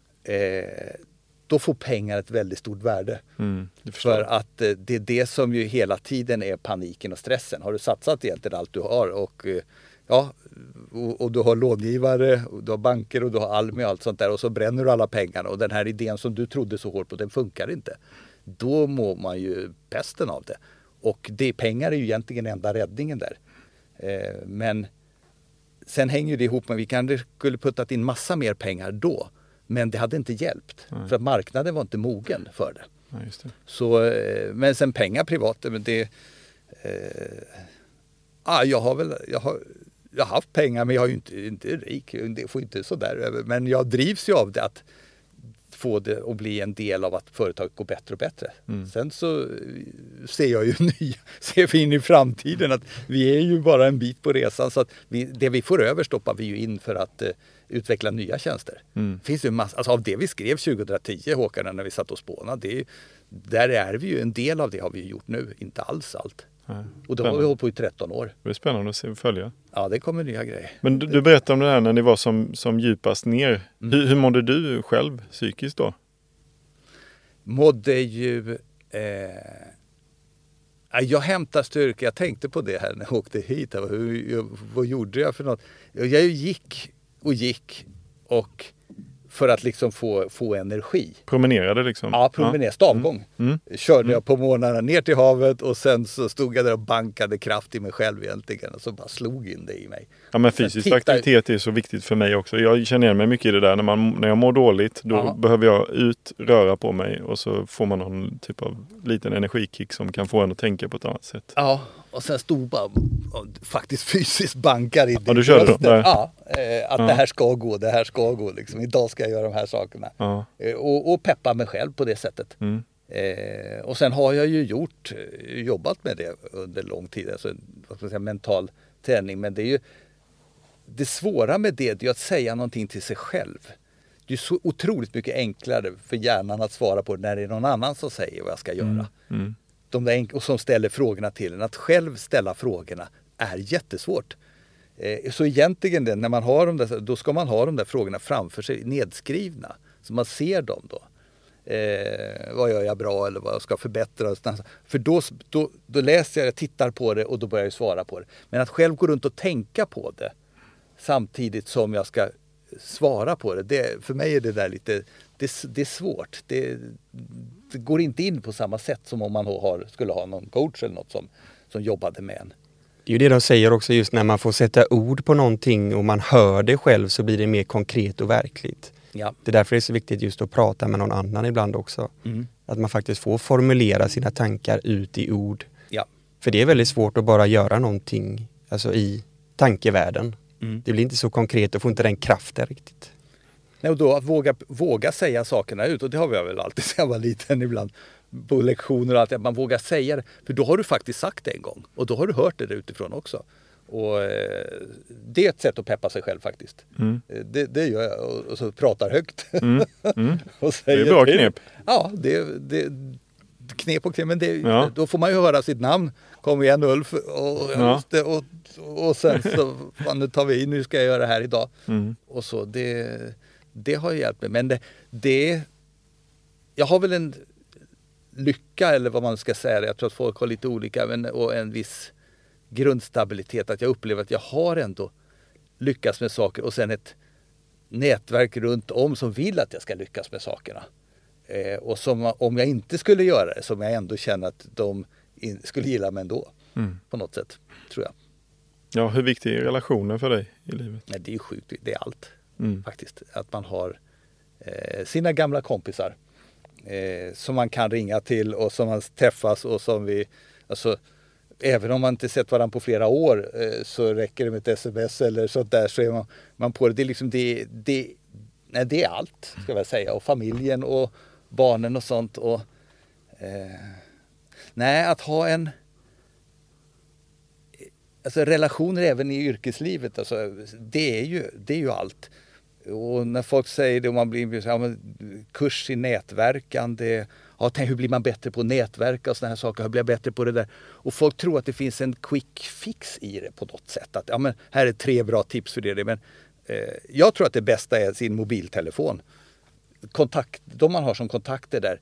får pengar ett väldigt stort värde. För att det är det som ju hela tiden är paniken och stressen. Har du satsat egentligen allt du har och du har långivare, och du har banker och du har Almi och allt sånt där och så bränner du alla pengarna och den här idén som du trodde så hårt på, den funkar inte. Då mår man ju pesten av det. Och pengar är ju egentligen enda räddningen där. Men sen hänger det ihop med vi kanske skulle puttat in massa mer pengar då. Men det hade inte hjälpt. För att marknaden var inte mogen för det. Ja, just det. Så, men sen pengar privat, men det... jag har haft pengar men jag är ju inte rik. Det får inte så där över. Men jag drivs ju av det att få det att bli en del av att företaget går bättre och bättre. Sen så ser vi in i framtiden att vi är ju bara en bit på resan så att det vi får över stoppar vi ju in för att utveckla nya tjänster. Det finns ju alltså av det vi skrev 2010 Håkan när vi satt och spånade, där är vi ju en del av det har vi gjort nu, inte alls allt. Och då har vi hållit på i 13 år. Det är spännande att se och följa. Ja, det kommer nya grejer. Men du berättade om det här när ni var som djupast ner. Hur mådde du själv psykiskt då? Mådde ju... jag hämtar styrka. Jag tänkte på det här när jag åkte hit. Vad gjorde jag för något? Jag gick och för att liksom få energi. Promenerade liksom? Ja, promenerade. Stavgång. Körde jag på morgnarna ner till havet och sen så stod jag där och bankade kraft i mig själv egentligen och så bara slog in det i mig. Ja, men fysisk aktivitet är så viktigt för mig också. Jag känner igen mig mycket i det där. När jag mår dåligt då behöver jag röra på mig och så får man någon typ av liten energikick som kan få en att tänka på ett annat sätt. Ja, och sen stod bara faktiskt fysiskt bankar i det. Ja, du körde då? Ja, det här ska gå liksom. Idag ska jag göra de här sakerna. Ja. Och peppa mig själv på det sättet. Och sen har jag ju jobbat med det under lång tid. Alltså, vad ska man säga, mental träning. Men det är ju det svåra med det är att säga någonting till sig själv. Det är så otroligt mycket enklare för hjärnan att svara på det när det är någon annan som säger vad jag ska göra. De där och som ställer frågorna till en. Att själv ställa frågorna är jättesvårt. Så egentligen när man har dem där, då ska man ha de där frågorna framför sig nedskrivna. Så man ser dem då. Vad gör jag bra eller vad jag ska förbättra. För då läser jag tittar på det och då börjar jag svara på det. Men att själv gå runt och tänka på det samtidigt som jag ska svara på det. För mig är det där lite, det är svårt. Det går inte in på samma sätt som om man skulle ha någon coach eller något som jobbade med en. Det är ju det de säger också, just när man får sätta ord på någonting och man hör det själv så blir det mer konkret och verkligt. Ja. Det är därför det är så viktigt just att prata med någon annan ibland också. Att man faktiskt får formulera sina tankar ut i ord. Ja. För det är väldigt svårt att bara göra någonting alltså i tankevärlden. Det blir inte så konkret och får inte den kraften riktigt. Nej, och då att våga säga sakerna ut, och det har vi väl alltid sedan jag var liten ibland på lektioner och allt, att man vågar säga det, för då har du faktiskt sagt det en gång och då har du hört det där utifrån också. Och det är ett sätt att peppa sig själv faktiskt. Det gör jag och så pratar högt. Och säger, det är bra knep. Ja, det knep och knep, men då får man ju höra sitt namn. Kom igen Ulf och sen så fan, nu tar vi in, nu ska jag göra det här idag. Och så det har ju hjälpt mig. Men jag har väl en lycka eller vad man ska säga. Jag tror att folk har lite olika och en viss grundstabilitet, att jag upplever att jag har ändå lyckats med saker och sen ett nätverk runt om som vill att jag ska lyckas med sakerna. Och som om jag inte skulle göra det, som jag ändå känner att de skulle gilla mig ändå på något sätt, tror jag. Ja, hur viktig är relationen för dig i livet? Nej, det är sjukt, det är allt faktiskt. Att man har sina gamla kompisar som man kan ringa till och som man träffas och som vi, alltså även om man inte sett varandra på flera år så räcker det med ett sms eller sånt där, så är man på det. Det är liksom det är allt, ska jag säga, och familjen och barnen och sånt. Och att ha relationer även i yrkeslivet, alltså, det är ju allt. Och när folk säger det, och man blir kurs i nätverkande, hur blir man bättre på att nätverka och såna här saker, hur blir jag bättre på det där? Och folk tror att det finns en quick fix i det på något sätt. Att här är 3 bra tips för det. Men jag tror att det bästa är sin mobiltelefon. De man har som kontakter där.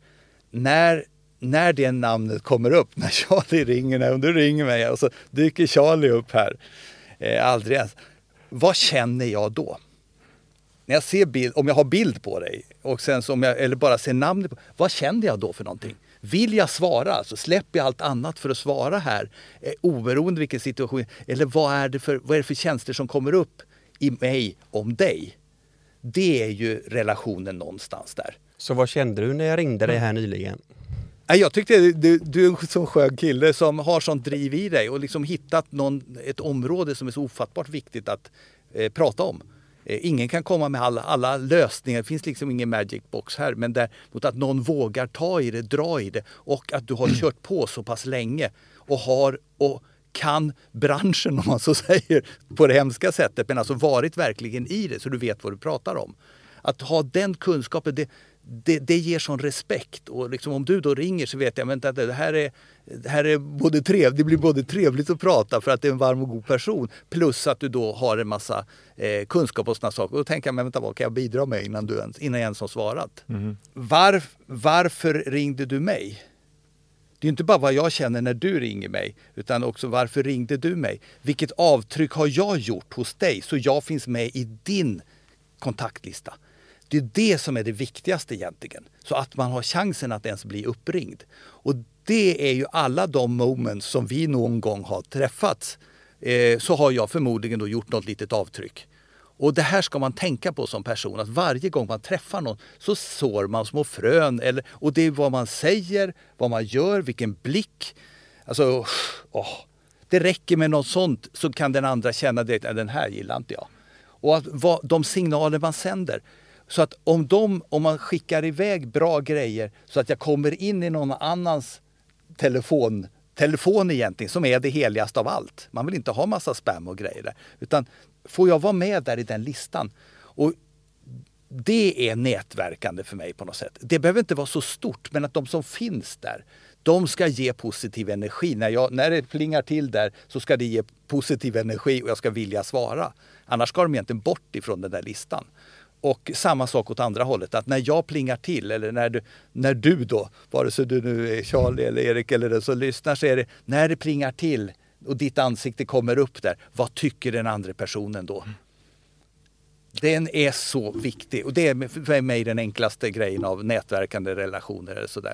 När det namnet kommer upp, när Charlie ringer, om du ringer mig och så dyker Charlie upp här. Aldrig ens. Vad känner jag då? När jag ser om jag har bild på dig och sen eller bara ser namnet på, vad kände jag då för någonting? Vill jag svara, så släpper jag allt annat för att svara här, oberoende vilken situation, eller vad är det för tjänster som kommer upp i mig om dig? Det är ju relationen någonstans där. Så vad kände du när jag ringde dig här nyligen? Jag tyckte du är en sån skön kille som har sånt driv i dig och liksom hittat ett område som är så ofattbart viktigt att prata om. Ingen kan komma med alla lösningar. Det finns liksom ingen magic box här. Men däremot att någon vågar ta i det, dra i det. Och att du har kört på så pass länge. Och kan branschen, om man så säger, på det hemska sättet. Men alltså varit verkligen i det så du vet vad du pratar om. Att ha den kunskapen, det ger sån respekt. Och liksom om du då ringer så vet jag att det här är både trevligt, det blir både trevligt att prata för att det är en varm och god person. Plus att du då har en massa kunskap och såna saker. Och då tänker jag, men vänta, vad kan jag bidra med innan jag ens har svarat? Varför ringde du mig? Det är inte bara vad jag känner när du ringer mig, utan också varför ringde du mig? Vilket avtryck har jag gjort hos dig så jag finns med i din kontaktlista? Det är det som är det viktigaste egentligen. Så att man har chansen att ens bli uppringd. Och det är ju alla de moments som vi någon gång har träffats. Så har jag förmodligen då gjort något litet avtryck. Och det här ska man tänka på som person. Att varje gång man träffar någon så sår man små frön. Och det är vad man säger, vad man gör, vilken blick. Alltså, det räcker med något sånt så kan den andra känna direkt att den här gillar inte jag. Och att de signaler man sänder. Så att om man skickar iväg bra grejer så att jag kommer in i någon annans telefon egentligen, som är det heligaste av allt. Man vill inte ha massa spam och grejer där. Utan får jag vara med där i den listan? Och det är nätverkande för mig på något sätt. Det behöver inte vara så stort, men att de som finns där, de ska ge positiv energi. När det plingar till där så ska det ge positiv energi och jag ska vilja svara. Annars ska de egentligen bort ifrån den där listan. Och samma sak åt andra hållet, att när jag plingar till eller när du då, vare sig du nu är Charlie eller Erik eller det, så lyssnar, så är det när det plingar till och ditt ansikte kommer upp där, vad tycker den andra personen då? Den är så viktig och det är för mig den enklaste grejen av nätverkande relationer eller sådär.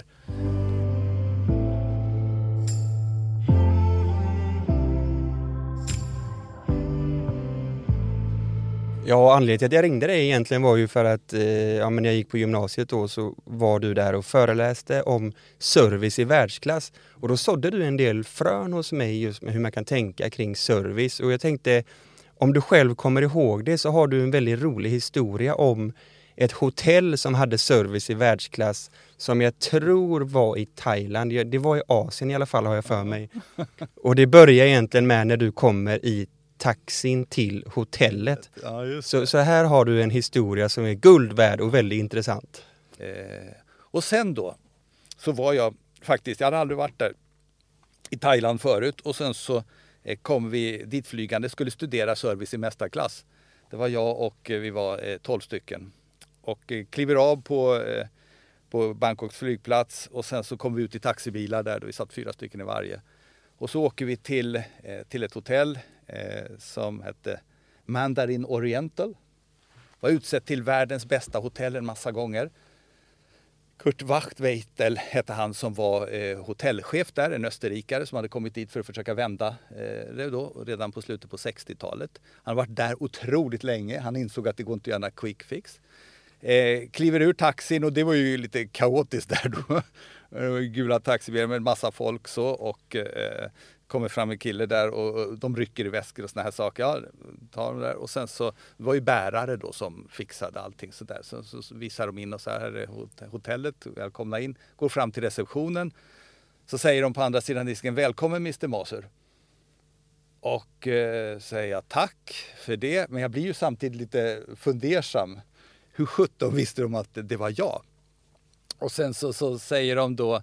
Ja, anledningen till att jag ringde dig egentligen var ju för att när jag gick på gymnasiet då så var du där och föreläste om service i världsklass. Och då sådde du en del frön hos mig just med hur man kan tänka kring service. Och jag tänkte, om du själv kommer ihåg det så har du en väldigt rolig historia om ett hotell som hade service i världsklass som jag tror var i Thailand. Det var i Asien i alla fall, har jag för mig. Och det börjar egentligen med när du kommer i taxin till hotellet. Ja, just så här har du en historia som är guld värd och väldigt intressant. Och sen då så var jag faktiskt, jag hade aldrig varit där i Thailand förut, och sen så kom vi dit flygande, skulle studera service i mästarklass. Det var jag och vi var 12 stycken. Och kliver av på Bangkoks flygplats, och sen så kom vi ut i taxibilar där, då vi satt 4 stycken i varje. Och så åker vi till ett hotell som hette Mandarin Oriental. Var utsett till världens bästa hotell en massa gånger. Kurt Wachtweitel hette han som var hotellchef där, en österrikare som hade kommit dit för att försöka vända det då, redan på slutet på 60-talet. Han har varit där otroligt länge, han insåg att det går inte att göra en quick fix. Kliver ur taxin, och det var ju lite kaotiskt där då. Det var gula taxibilar med en massa folk så, och kommer fram en kille där och de rycker i väskor och såna här saker. Ja, tar de där. Och sen så var ju bärare då som fixade allting så där. Så visar de in och så här är hotellet, välkomna in. Går fram till receptionen. Så säger de på andra sidan disken, välkommen Mr. Maser. Och säger jag tack för det, men jag blir ju samtidigt lite fundersam. Hur 17 visste de att det var jag? Och sen så säger de då,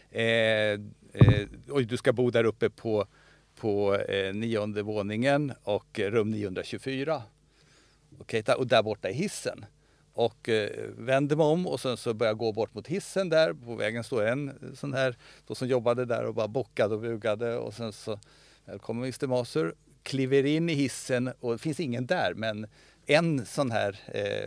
oj, du ska bo där uppe på 9:e våningen och rum 924. Okej, och där borta är hissen. Och vänder mig om och sen så börjar jag gå bort mot hissen där. På vägen står en sån här då som jobbade där och bara bockade och bugade. Och sen så kommer Mr. Maser, kliver in i hissen och det finns ingen där, men en sån här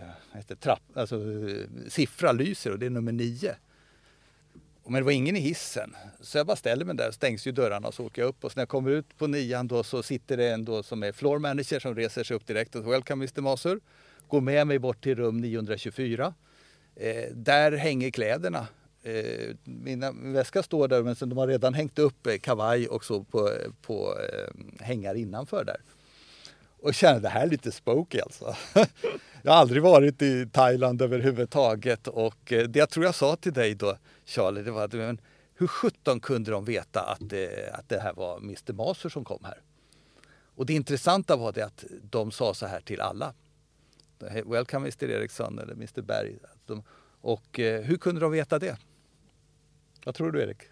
siffra lyser och det är nummer 9. Men det var ingen i hissen. Så jag bara ställer mig där, stängs ju dörrarna och så åker jag upp. Och när jag kommer ut på 9:an då så sitter det en då som är floor manager som reser sig upp direkt och welcome Mr. Maser. Går med mig bort till rum 924. Där hänger kläderna. Min väska står där, men de har redan hängt upp kavaj och så på hängar innanför där. Och känner det här lite spooky alltså. Jag har aldrig varit i Thailand överhuvudtaget, och det jag tror jag sa till dig då, Charlie, det var att men, hur 17 kunde de veta att det här var Mr. Maser som kom här? Och det intressanta var det att de sa så här till alla. Welcome Mr. Eriksson eller Mr. Berg. Och hur kunde de veta det? Vad tror du, Erik?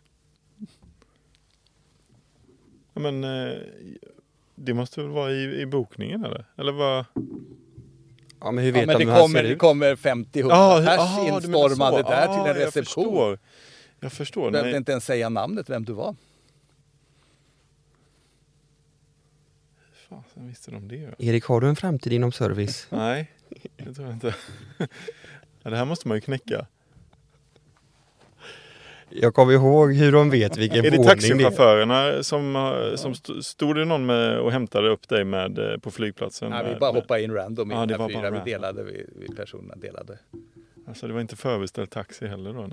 Ja, men det måste väl vara i bokningen eller vad? Ja, men hur vet men de hur han ser det ut? kommer 50-100 pers instormade där till en reception. Jag förstår. Behövde inte ens säga namnet, vem du var. Fan, sen visste de det. Erik, har du en framtid inom service? Nej, det tror jag inte. Ja, det här måste man ju knäcka. Jag kommer ihåg hur de vet vilken våning det är. Är det taxichaufförerna som stod det någon med och hämtade upp dig med på flygplatsen? Nej, vi bara hoppade in random i det den var här 4. bara Vi delade, vi personerna delade. Alltså det var inte förbeställd taxi heller då?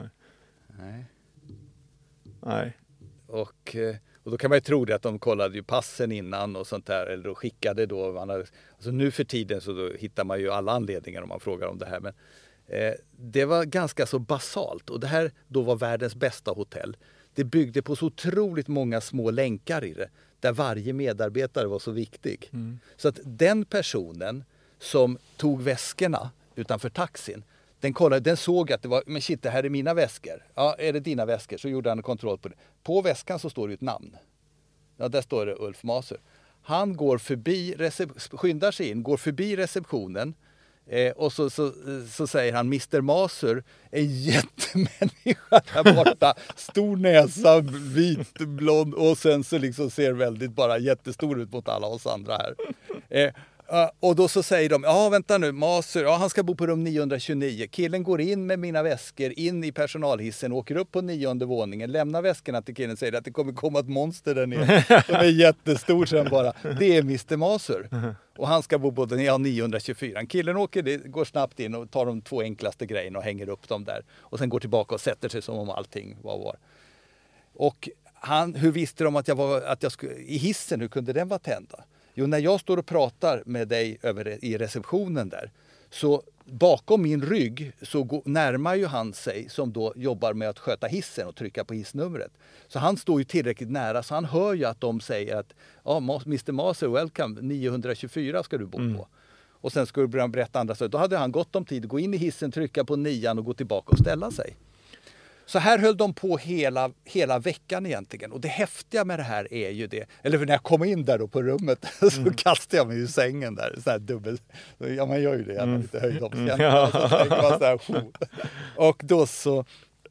Nej. Och då kan man ju tro det att de kollade ju passen innan och sånt där, eller då skickade då. Alltså nu för tiden så då hittar man ju alla anledningar om man frågar om det här, men det var ganska så basalt, och det här då var världens bästa hotell. Det byggde på så otroligt många små länkar i det, där varje medarbetare var så viktig. Så att den personen som tog väskorna utanför taxin, den såg att det var, men shit, det här är mina väskor. Ja, är det dina väskor? Så gjorde han en kontroll på det. På väskan så står det ett namn. Ja, där står det Ulf Maser. Han går förbi, skyndar sig in, går förbi receptionen. Och så säger han Mr. Maser, en jättemänniska där borta, stor näsa, vit, blond, och sen så liksom ser väldigt bara jättestor ut mot alla oss andra här. Och då så säger de, ja vänta nu, Maser, han ska bo på rum 929. Killen går in med mina väskor in i personalhissen, åker upp på 9:e våningen, lämnar väskorna till killen och säger att det kommer komma ett monster där nere som är jättestor sen bara. Det är Mr. Maser. Och han ska bo på 924. Killen går snabbt in och tar de 2 enklaste grejerna och hänger upp dem där. Och sen går tillbaka och sätter sig som om allting var. Och hur visste de att jag skulle i hissen, hur kunde den vara tända? Jo, när jag står och pratar med dig i receptionen där, Så bakom min rygg så närmar ju han sig som då jobbar med att sköta hissen och trycka på hissnumret. Så han står ju tillräckligt nära så han hör ju att de säger att Mr. Maser, welcome, 924 ska du bo på. Och sen skulle börja berätta andra saker. Då hade han gott om tid att gå in i hissen, trycka på 9 och gå tillbaka och ställa sig. Så här höll de på hela veckan egentligen. Och det häftiga med det här är ju det. Eller när jag kom in där då på rummet så kastade jag mig ur sängen där. Så här dubbel. Ja, man gör ju det. Jag var lite höjdhoppskänsla. Och då så.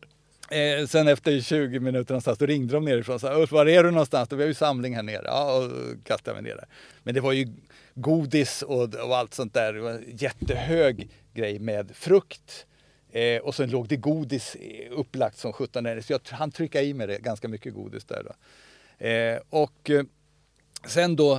Sen efter 20 minuter någonstans då ringde de nerifrån. Så var är du någonstans? Då vi har ju samling här nere. Ja, och kastade mig ner där. Men det var ju godis och allt sånt där. Det var en jättehög grej med frukt. Och sen låg det godis upplagt som 17 är. Så jag hann trycka i mig det ganska mycket godis där då. Och sen då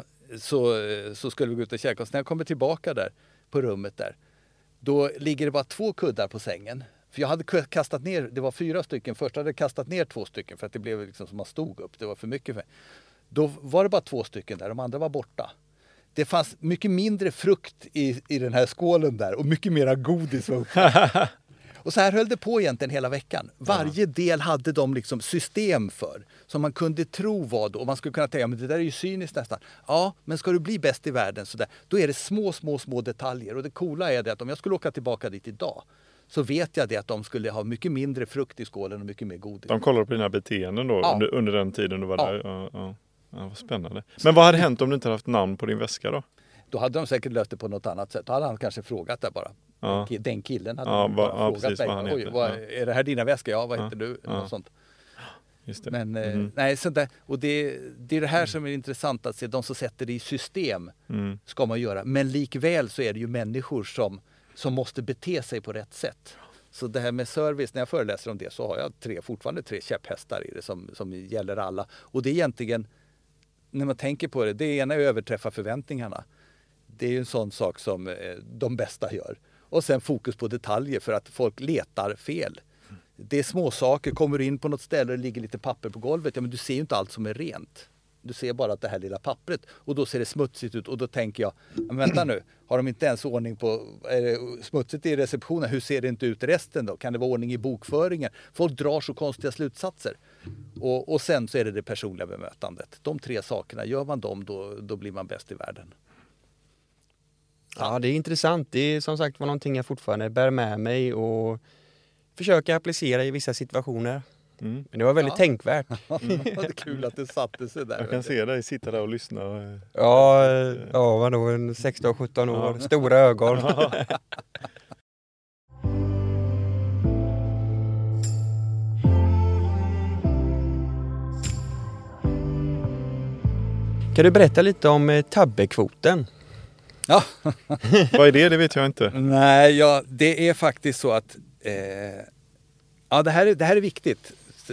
så skulle vi gå ut och käka. Och när jag kommer tillbaka där på rummet där. Då ligger det bara 2 kuddar på sängen. För jag hade kastat ner, det var 4 stycken. Först hade jag kastat ner 2 stycken för att det blev liksom som man stod upp. Det var för mycket. Då var det bara 2 stycken där. De andra var borta. Det fanns mycket mindre frukt i den här skålen där. Och mycket mera godis var uppe. Och så här höll det på egentligen hela veckan. Varje del hade de liksom system för. Som man kunde tro vad. Och man skulle kunna tänka, men det där är ju cyniskt nästan. Ja, men ska du bli bäst i världen så där, då är det små detaljer. Och det coola är det att om jag skulle åka tillbaka dit idag. Så vet jag det att de skulle ha mycket mindre frukt i skålen och mycket mer godis. De kollar på dina beteenden då under den tiden du var där? Ja, vad spännande. Men vad hade hänt om du inte hade haft namn på din väska då? Då hade de säkert löst det på något annat sätt. Då hade han kanske frågat där bara. Ja. Den killen hade frågat precis, mig. Vad heter. Är det här dina väskor? Ja, vad heter du? Något sånt. Just det. Men nej, sånt där. Och det är det här som är intressant att se. De som sätter det i system ska man göra. Men likväl så är det ju människor som måste bete sig på rätt sätt. Så det här med service, när jag föreläser om det så har jag fortfarande 3 käpphästar i det som gäller alla. Och det är egentligen, när man tänker på det ena är att överträffa förväntningarna. Det är ju en sån sak som de bästa gör. Och sen fokus på detaljer för att folk letar fel. Det är små saker. Kommer du in på något ställe och det ligger lite papper på golvet. Ja, men du ser ju inte allt som är rent. Du ser bara att det här lilla pappret. Och då ser det smutsigt ut. Och då tänker jag, men vänta nu. Har de inte ens ordning på smutsigt i receptionen? Hur ser det inte ut resten då? Kan det vara ordning i bokföringen? Folk drar så konstiga slutsatser. Och sen så är det personliga bemötandet. De 3 sakerna, gör man dem då blir man bäst i världen. Ja, det är intressant. Det är som sagt någonting jag fortfarande bär med mig och försöker applicera i vissa situationer. Men det var väldigt tänkvärt. Det är kul att det satte sig där. Jag kan se dig sitta där och lyssna. Ja, vadå, en 16-17 år, stora ögon. Kan du berätta lite om tabbekvoten? Ja. Vad är det? Det vet jag inte. Nej, det är faktiskt så att det här är viktigt.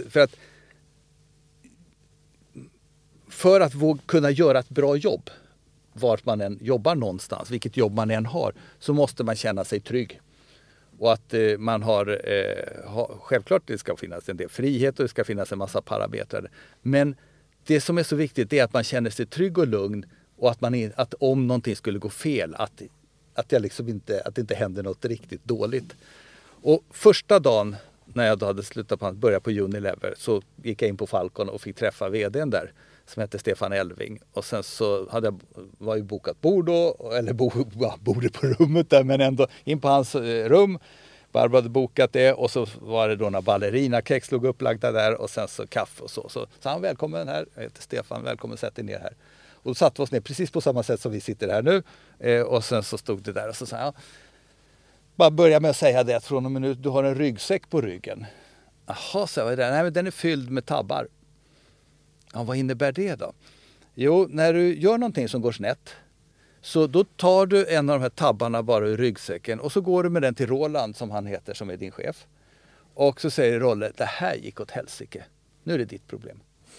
För att kunna göra ett bra jobb, vart man än jobbar någonstans, vilket jobb man än har, så måste man känna sig trygg. Och att man har, självklart det ska finnas en del frihet och det ska finnas en massa parametrar. Men det som är så viktigt är att man känner sig trygg och lugn och att om någonting skulle gå fel, att det inte händer något riktigt dåligt. Och första dagen när jag då hade slutat på att börja på Unilever så gick jag in på Falcon och fick träffa vdn där som hette Stefan Elving. Och sen så var ju bokat bord då, eller bordet på rummet där, men ändå in på hans rum. Barbro hade bokat det och så var det då några ballerinakex låg upplagda där och sen så kaffe och så. Så han, välkommen här, jag heter Stefan, välkommen, sätt dig ner här. Och då satt vi oss ner precis på samma sätt som vi sitter här nu. Och sen så stod det där och så sa jag, bara börja med att säga det att från och med nu, du har en ryggsäck på ryggen. Jaha, så var det. Nej, men den är fylld med tabbar. Ja, vad innebär det då? Jo, när du gör någonting som går snett så då tar du en av de här tabbarna bara ur ryggsäcken och så går du med den till Roland som han heter, som är din chef. Och så säger Rolle, det här gick åt helsike. Nu är det ditt problem.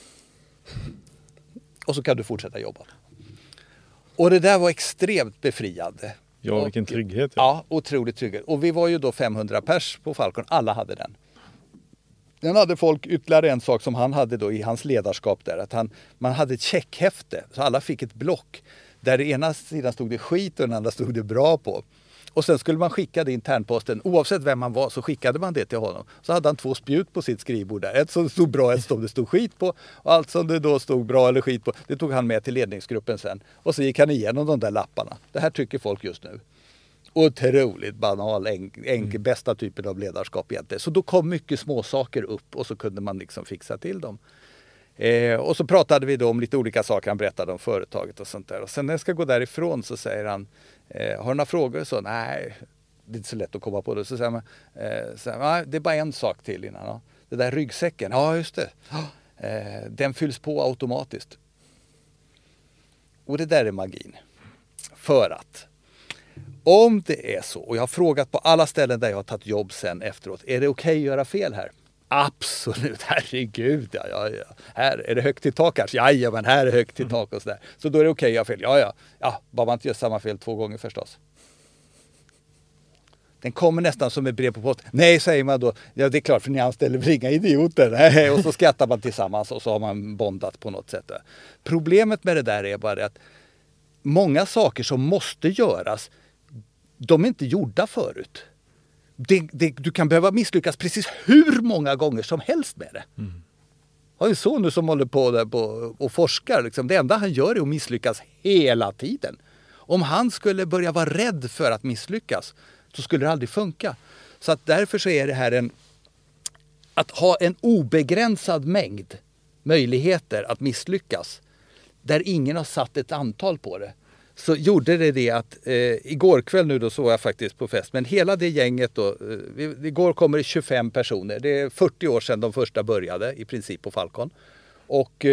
Och så kan du fortsätta jobba. Och det där var extremt befriande. Ja, vilken trygghet. Ja, otroligt trygghet. Och vi var ju då 500 pers på Falcon. Alla hade den. Den hade folk, ytterligare en sak som han hade då i hans ledarskap där. Att man hade ett checkhäfte. Så alla fick ett block. Där det ena sidan stod det skit och den andra stod det bra på. Och sen skulle man skicka det i internposten. Oavsett vem man var så skickade man det till honom. Så hade han 2 spjut på sitt skrivbord där. Ett som stod bra, ett som det stod skit på. Och allt som det då stod bra eller skit på, det tog han med till ledningsgruppen sen. Och så gick han igenom de där lapparna. Det här tycker folk just nu. Otroligt banal, enkel, bästa typen av ledarskap egentligen. Så då kom mycket små saker upp och så kunde man liksom fixa till dem. Och så pratade vi då om lite olika saker. Han berättade om företaget och sånt där. Och sen när jag ska gå därifrån så säger han, har du några frågor? Så nej, det är inte så lätt att komma på det. Så säger man, det är bara en sak till innan. Ja. Det där ryggsäcken, ja just det. Den fylls på automatiskt. Och det där är magin. För att om det är så, och jag har frågat på alla ställen där jag har tagit jobb sen efteråt, är det okej att göra fel här? Absolut, herregud. Ja. Här är det högt i tak kanske. Ja, men här är högt i tak och sådär. Så då är det okej att göra fel. Ja, bara man inte gör samma fel 2 gånger förstås. Den kommer nästan som ett brev på post. Nej, säger man då. Ja, det är klart för ni anställer väl inga idioter. Nej. Och så skrattar man tillsammans och så har man bondat på något sätt. Problemet med det där är bara att många saker som måste göras, de är inte gjorda förut. Du kan behöva misslyckas precis hur många gånger som helst med det. Jag har en son nu som håller på där och forskar. Liksom. Det enda han gör är att misslyckas hela tiden. Om han skulle börja vara rädd för att misslyckas så skulle det aldrig funka. Så att därför så är det här att ha en obegränsad mängd möjligheter att misslyckas där ingen har satt ett antal på det. Så gjorde det att igår kväll nu då såg jag faktiskt på fest, men hela det gänget då, igår kommer det 25 personer. Det är 40 år sedan de första började i princip på Falcon. Och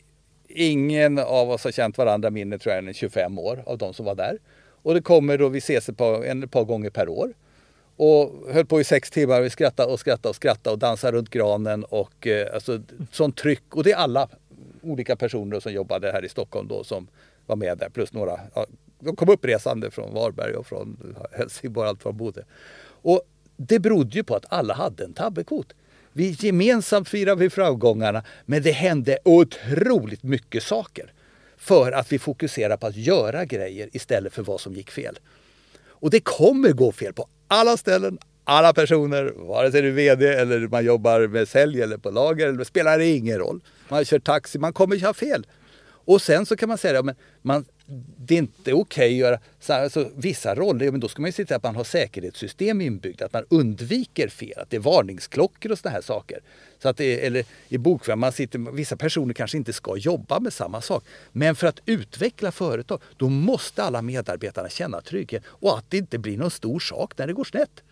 ingen av oss har känt varandra mindre tror jag än 25 år av de som var där. Och det kommer då, vi ses ett par gånger per år. Och höll på i 6 timmar, vi skrattade och dansade runt granen och alltså sånt tryck. Och det är alla olika personer som jobbade här i Stockholm då som var med där, plus några, de kom uppresande från Varberg och från Helsingborg, allt från Bodö. Och det berodde ju på att alla hade en tabbekvot. Vi gemensamt firade vi framgångarna, men det hände otroligt mycket saker för att vi fokuserar på att göra grejer istället för vad som gick fel. Och det kommer gå fel på alla ställen, alla personer, vare sig du är vd eller man jobbar med sälj eller på lager, eller det spelar ingen roll. Man kör taxi, man kommer ju ha fel. Och sen så kan man säga att det är inte okej att göra alltså, vissa roller, men då ska man ju se till att man har säkerhetssystem inbyggt, att man undviker fel, att det är varningsklockor och såna här saker. Så att eller i bokföring, vissa personer kanske inte ska jobba med samma sak. Men för att utveckla företag, då måste alla medarbetarna känna trygghet och att det inte blir någon stor sak när det går snett.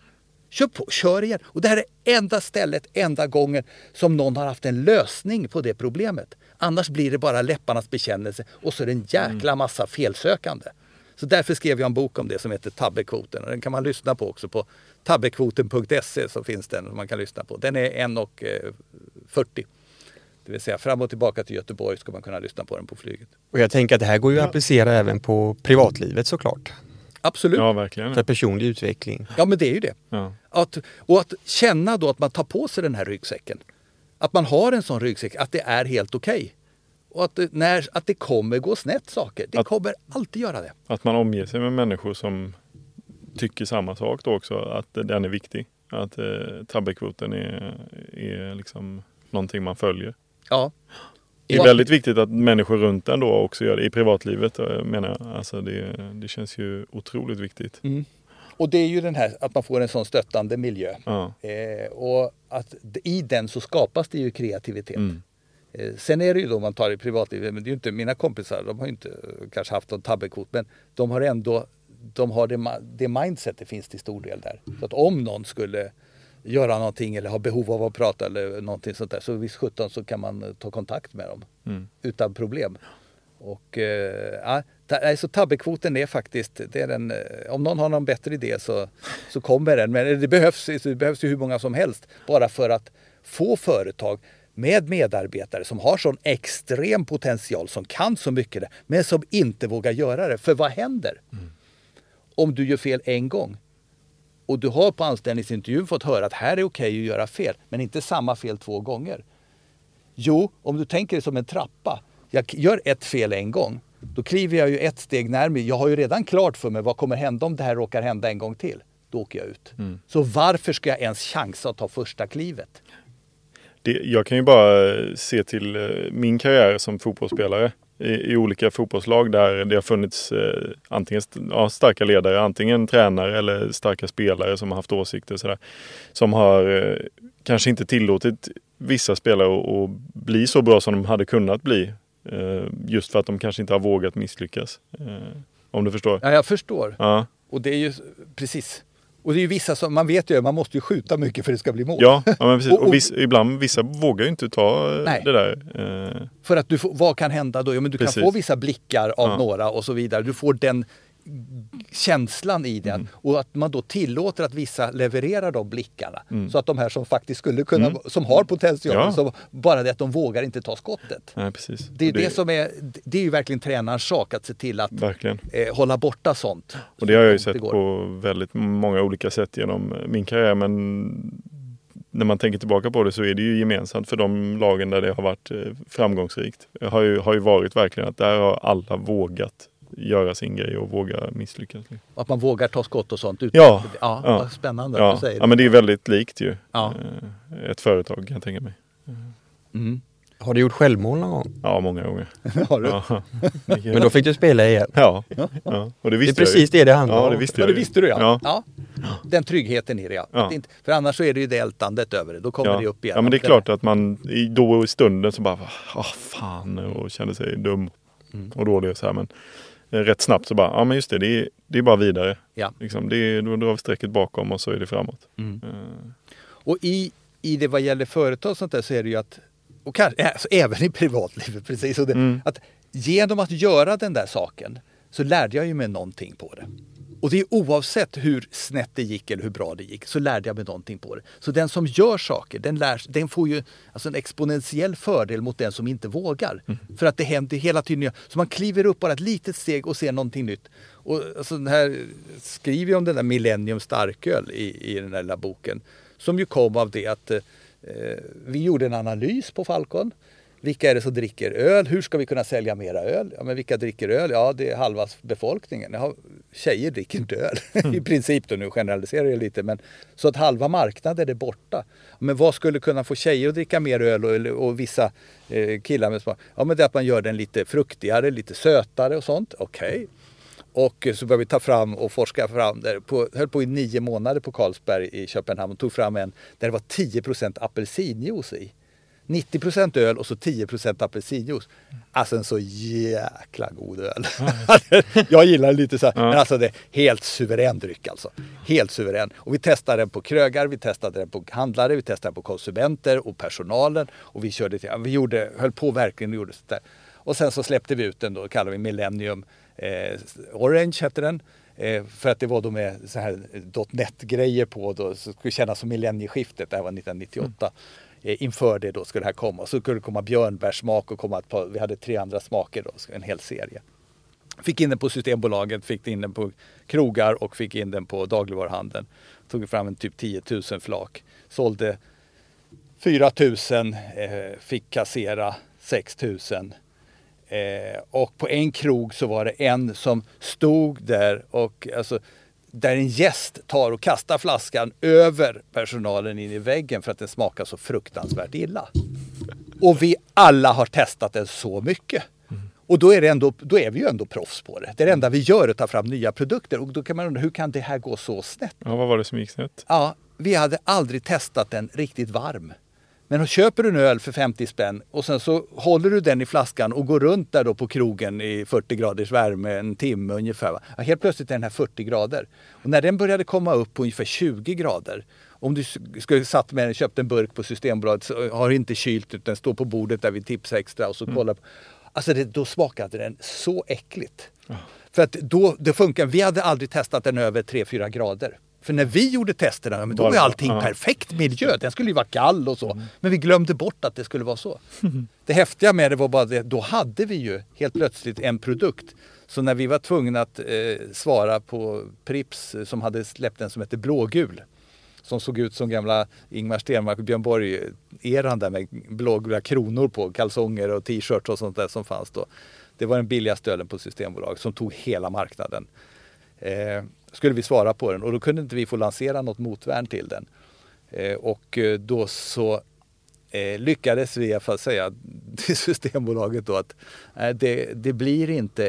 Kör igen. Och det här är enda stället, enda gången som någon har haft en lösning på det problemet. Annars blir det bara läpparnas bekännelse och så är det en jäkla massa felsökande. Så därför skrev jag en bok om det som heter Tabbekvoten. Och den kan man lyssna på också på tabbekvoten.se, så finns den som man kan lyssna på. Den är 1:40. Det vill säga fram och tillbaka till Göteborg ska man kunna lyssna på den på flyget. Och jag tänker att det här går ju att applicera även på privatlivet såklart. Absolut. Ja, verkligen. För personlig utveckling. Ja, men det är ju det. Ja. Att känna då att man tar på sig den här ryggsäcken. Att man har en sån ryggsäck, att det är helt okej. Och att det kommer gå snett saker. Det kommer alltid göra det. Att man omger sig med människor som tycker samma sak då också. Att den är viktig. Att tabbekvoten är liksom någonting man följer. Ja. Det är väldigt viktigt att människor runt den då också gör det i privatlivet, menar jag. Alltså det känns ju otroligt viktigt. Mm. Och det är ju den här att man får en sån stöttande miljö. Ja. Och att i den så skapas det ju kreativitet. Sen är det ju då man tar i privatlivet, men det är ju inte mina kompisar, de har ju inte kanske haft någon tabbekvot, men de har det mindsetet finns till stor del där. Så att om någon skulle göra någonting eller ha behov av att prata eller någonting sånt där, så visst 17 så kan man ta kontakt med dem utan problem. Och så tabbekvoten är faktiskt, det är den, om någon har någon bättre idé så kommer den, men det behövs ju hur många som helst bara för att få företag med medarbetare som har sån extrem potential, som kan så mycket men som inte vågar göra det. För vad händer om du gör fel en gång? Och du har på anställningsintervjun fått höra att här är okej att göra fel, men inte samma fel 2 gånger. Jo, om du tänker det som en trappa. Jag gör ett fel en gång. Då kliver jag ju ett steg närmare. Jag har ju redan klart för mig vad kommer hända om det här råkar hända en gång till. Då åker jag ut. Så varför ska jag ens chansa att ta första klivet? Jag kan ju bara se till min karriär som fotbollsspelare i olika fotbollslag där det har funnits antingen starka ledare, antingen tränare eller starka spelare som har haft åsikter sådär, som har kanske inte tillåtit vissa spelare att bli så bra som de hade kunnat bli, just för att de kanske inte har vågat misslyckas. Om du förstår? Ja, jag förstår. Ja. Och det är ju precis. Och det är ju vissa som, man vet ju, man måste ju skjuta mycket för att det ska bli mål. Ja, men precis. Och vissa vågar ju inte ta det där. För att vad kan hända då? Ja, men du kan få vissa blickar av några och så vidare. Du får den känslan i den. Och att man då tillåter att vissa levererar de blickarna. Så att de här som faktiskt skulle kunna, som har potential, så bara det att de vågar inte ta skottet. Nej, precis. Det är det som det är ju verkligen tränarens sak att se till att hålla borta sånt. Och det har jag ju sett på väldigt många olika sätt genom min karriär, men när man tänker tillbaka på det så är det ju gemensamt för de lagen där det har varit framgångsrikt. Det har ju varit verkligen att där har alla vågat göra sin grej och våga misslyckas. Att man vågar ta skott och sånt. Ja. Vad spännande. Ja, men det är väldigt likt ju. Ja. Ett företag kan jag tänka mig. Har du gjort självmål någon gång? Ja, många gånger. Har du? Ja. Men då fick du spela igen. Ja. Och det visste är precis det handlar om. Ja, det visste du ja. Den tryggheten är det, ja. För annars så är det ju det ältandet över det. Då kommer det upp igen. Ja, men det är klart att man då i stunden så bara, fan, och kände sig dum och dålig och så här. Men rätt snabbt så bara, men just det är bara vidare. Ja. Liksom, då drar vi strecket bakom och så är det framåt. Och i det vad gäller företag och sånt där så är det ju att, och kanske, alltså, även i privatlivet precis, och att genom att göra den där saken så lärde jag ju mig någonting på det. Och det är oavsett hur snett det gick eller hur bra det gick, så lärde jag mig någonting på det. Så den som gör saker, den får ju alltså en exponentiell fördel mot den som inte vågar. För att det händer hela tiden. Så man kliver upp bara ett litet steg och ser någonting nytt. Och alltså den här skriver jag om den där Millennium starköl i den där lilla boken. Som ju kom av det att vi gjorde en analys på Falcon. Vilka är det som dricker öl? Hur ska vi kunna sälja mera öl? Ja, men vilka dricker öl? Ja, det är halva befolkningen. Ja, tjejer dricker inte öl. I princip då, nu generaliserar jag lite. Men, så att halva marknaden är borta. Men vad skulle kunna få tjejer att dricka mer öl och vissa killar med smak? Ja, men det är att man gör den lite fruktigare, lite sötare och sånt. Okej. Och så började vi ta fram och forska fram där. Höll på i 9 månader på Carlsberg i Köpenhamn och tog fram en där det var 10% apelsinjuice i. 90% öl och så 10% apelsinjuice. Alltså en så jäkla god öl. Jag gillar lite så här, men alltså det är helt suverän dryck alltså. Helt suverän. Och vi testade den på krögar, vi testade den på handlare, vi testade den på konsumenter och personalen. Och vi höll på verkligen och gjorde så där. Och sen så släppte vi ut den då, kallar vi Millennium Orange hette den. För att det var då med så här .net-grejer på då, så skulle kännas som millennieskiftet, det här var 1998. Inför det då skulle det här komma. Så skulle det komma björnbärssmak och vi hade 3 andra smaker då, en hel serie. Fick in den på Systembolaget, fick in den på krogar och fick in den på dagligvaruhandeln. Tog fram en typ 10 000 flak. Sålde 4 000, fick kassera 6 000. Och på en krog så var det en som stod där och alltså där en gäst tar och kastar flaskan över personalen in i väggen för att den smakar så fruktansvärt illa. Och vi alla har testat den så mycket. Och då är vi ju ändå proffs på det. Det är det enda vi gör att ta fram nya produkter. Och då kan man undra, hur kan det här gå så snett? Ja, vad var det som gick snett? Ja, vi hade aldrig testat den riktigt varm. Men köper du en öl för 50 spänn och sen så håller du den i flaskan och går runt där då på krogen i 40 graders värme en timme ungefär. Ja, helt plötsligt är den här 40 grader. Och när den började komma upp på ungefär 20 grader, om du skulle satt med den, köpt en burk på Systembolaget, så har inte kylt utan står på bordet där vid Tips Extra och så kollar på. Alltså då smakade den så äckligt. För att det funkar, vi hade aldrig testat den över 3-4 grader. För när vi gjorde testerna, då var allting perfekt miljö. Den skulle ju vara kall och så. Men vi glömde bort att det skulle vara så. Det häftiga med det var bara det, då hade vi ju helt plötsligt en produkt. Så när vi var tvungna att svara på Pripps som hade släppt en som hette Blågul. Som såg ut som gamla Ingmar Stenmark och Björn Borg-eran där med blågula kronor på kalsonger och t-shirts och sånt där som fanns då. Det var den billigaste ölen på Systembolaget som tog hela marknaden. Skulle vi svara på den och då kunde inte vi få lansera något motvärn till den. Och då så lyckades vi för att säga till Systembolaget då att det blir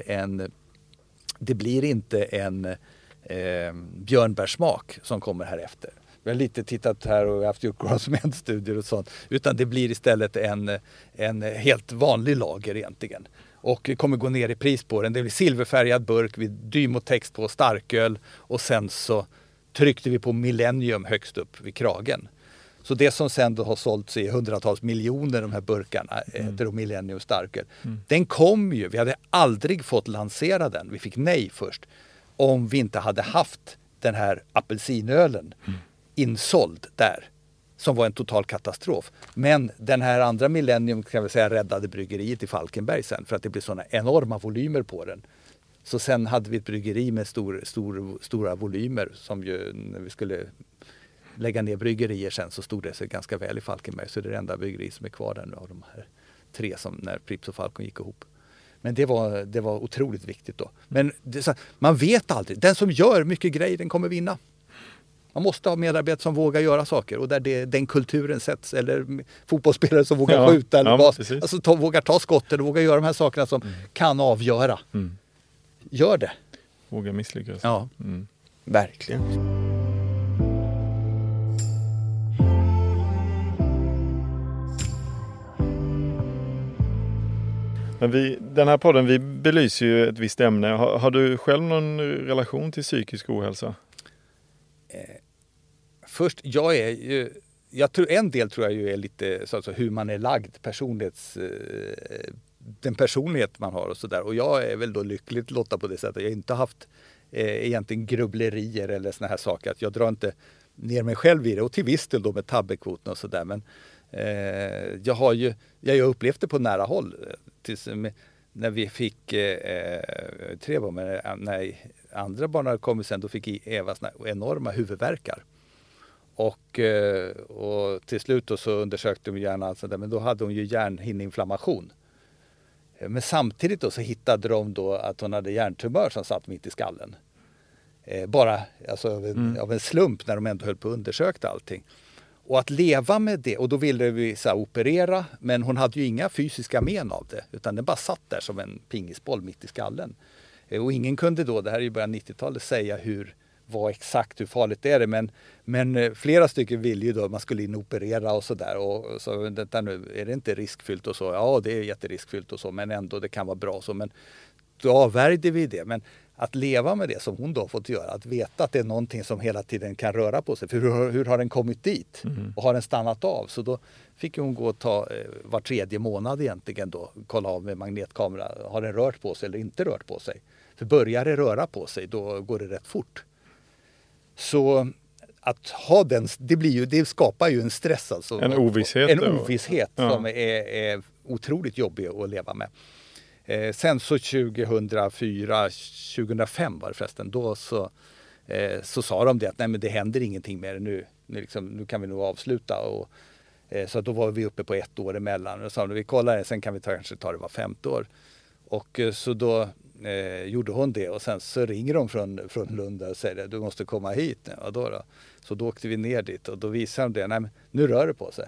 inte en björnbärssmak som kommer här efter. Vi har lite tittat här och haft gjort konsumentstudier och sånt. Utan det blir istället en helt vanlig lager egentligen. Och kommer gå ner i pris på den. Det blir silverfärgad burk, vi dymotext på starköl och sen så tryckte vi på Millennium högst upp vid kragen. Så det som sen då har sålts i hundratals miljoner de här burkarna heter då Millennium starköl. Den kom ju, vi hade aldrig fått lansera den, vi fick nej först, om vi inte hade haft den här apelsinölen insåld där. Som var en total katastrof. Men den här andra Millennium kan vi säga räddade bryggeriet i Falkenberg sen. För att det blev sådana enorma volymer på den. Så sen hade vi ett bryggeri med stora volymer. Som ju när vi skulle lägga ner bryggerier sen så stod det sig ganska väl i Falkenberg. Så det är det enda bryggeri som är kvar där nu av de här 3 som när Pripps och Falcon gick ihop. Men det var otroligt viktigt då. Men man vet aldrig. Den som gör mycket grejer den kommer vinna. Man måste ha medarbetare som vågar göra saker och där den kulturen sätts eller fotbollsspelare som vågar skjuta eller vågar ta skott eller vågar göra de här sakerna som kan avgöra. Gör det. Våga misslyckas. Ja, verkligen. Men den här podden, vi belyser ju ett visst ämne. Har du själv någon relation till psykisk ohälsa? Först, en del tror jag är lite så hur man är lagd, den personlighet man har och sådär. Och jag är väl då lyckligt lottad på det sättet. Jag har inte haft egentligen grubblerier eller såna här saker. Att jag drar inte ner mig själv i det och till viss del då med tabbekvoten och sådär. Men jag har upplevt det på nära håll. När vi fick 3 barn, men när andra barn kom sen då fick Eva såna enorma huvudvärkar. Och till slut då så undersökte de hjärnan alltså där, men då hade hon ju hjärnhinneinflammation. Men samtidigt då så hittade de då att hon hade hjärntumör som satt mitt i skallen. Bara alltså av en slump när de ändå höll på att undersöka allting. Och att leva med det, och då ville vi operera, men hon hade ju inga fysiska men av det, utan den bara satt där som en pingisboll mitt i skallen. Och ingen kunde då, det här är ju början 90-talet, säga hur farligt är det, men flera stycken ville ju då att man skulle in och operera och sådär, och så detta nu, är det inte riskfyllt och så? Ja, det är jätteriskfyllt och så, men ändå det kan vara bra så, men då avvärjde vi det. Men att leva med det som hon då fått göra, att veta att det är någonting som hela tiden kan röra på sig, för hur har den kommit dit och har den stannat av? Så då fick hon gå och ta var 3:e månad egentligen då, kolla av med magnetkamera, har den rört på sig eller inte rört på sig? För börjar det röra på sig, då går det rätt fort. Så att ha den, det skapar ju en stress alltså. En ovisshet. En ovisshet som är otroligt jobbig att leva med. Sen så 2004-2005 var det förresten, då så sa de det att nej, men det händer ingenting med det nu kan vi nog avsluta. Och, så då var vi uppe på 1 år emellan och sa vi kollar det, sen kan vi kanske ta det var 5:e år. Och så då gjorde hon det och sen så ringer de från Lund och säger du måste komma hit. Ja, då. Så då åkte vi ner dit och då visade de det, nej men nu rör det på sig.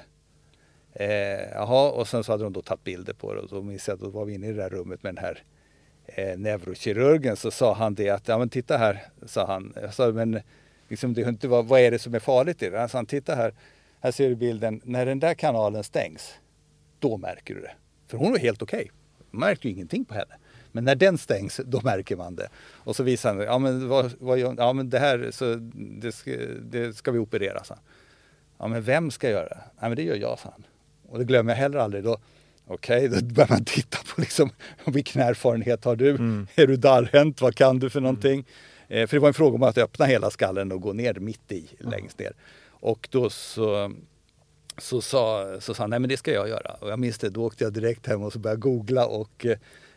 Och sen så hade de då tagit bilder på det och då minns jag att då var vi inne i det där rummet med den här neurokirurgen, så sa han det att ja men titta här, sa han. Jag sa men liksom, det är inte vad är det som är farligt i det? Han sa titta här ser du bilden, när den där kanalen stängs då märker du det. För hon var helt okej. Man märkte ju ingenting på henne. Men när den stängs, då märker man det. Och så visar han, ja men det här, så det ska vi operera, så. Ja men vem ska göra det? Ja men det gör jag, sa han. Och det glömmer jag heller aldrig. Då börjar man titta på liksom, vilken erfarenhet har du? Är du darrhänt? Vad kan du för någonting? För det var en fråga om att öppna hela skallen och gå ner mitt i, längst ner. Och då så sa han, nej men det ska jag göra. Och jag minns det, då åkte jag direkt hem och så började googla och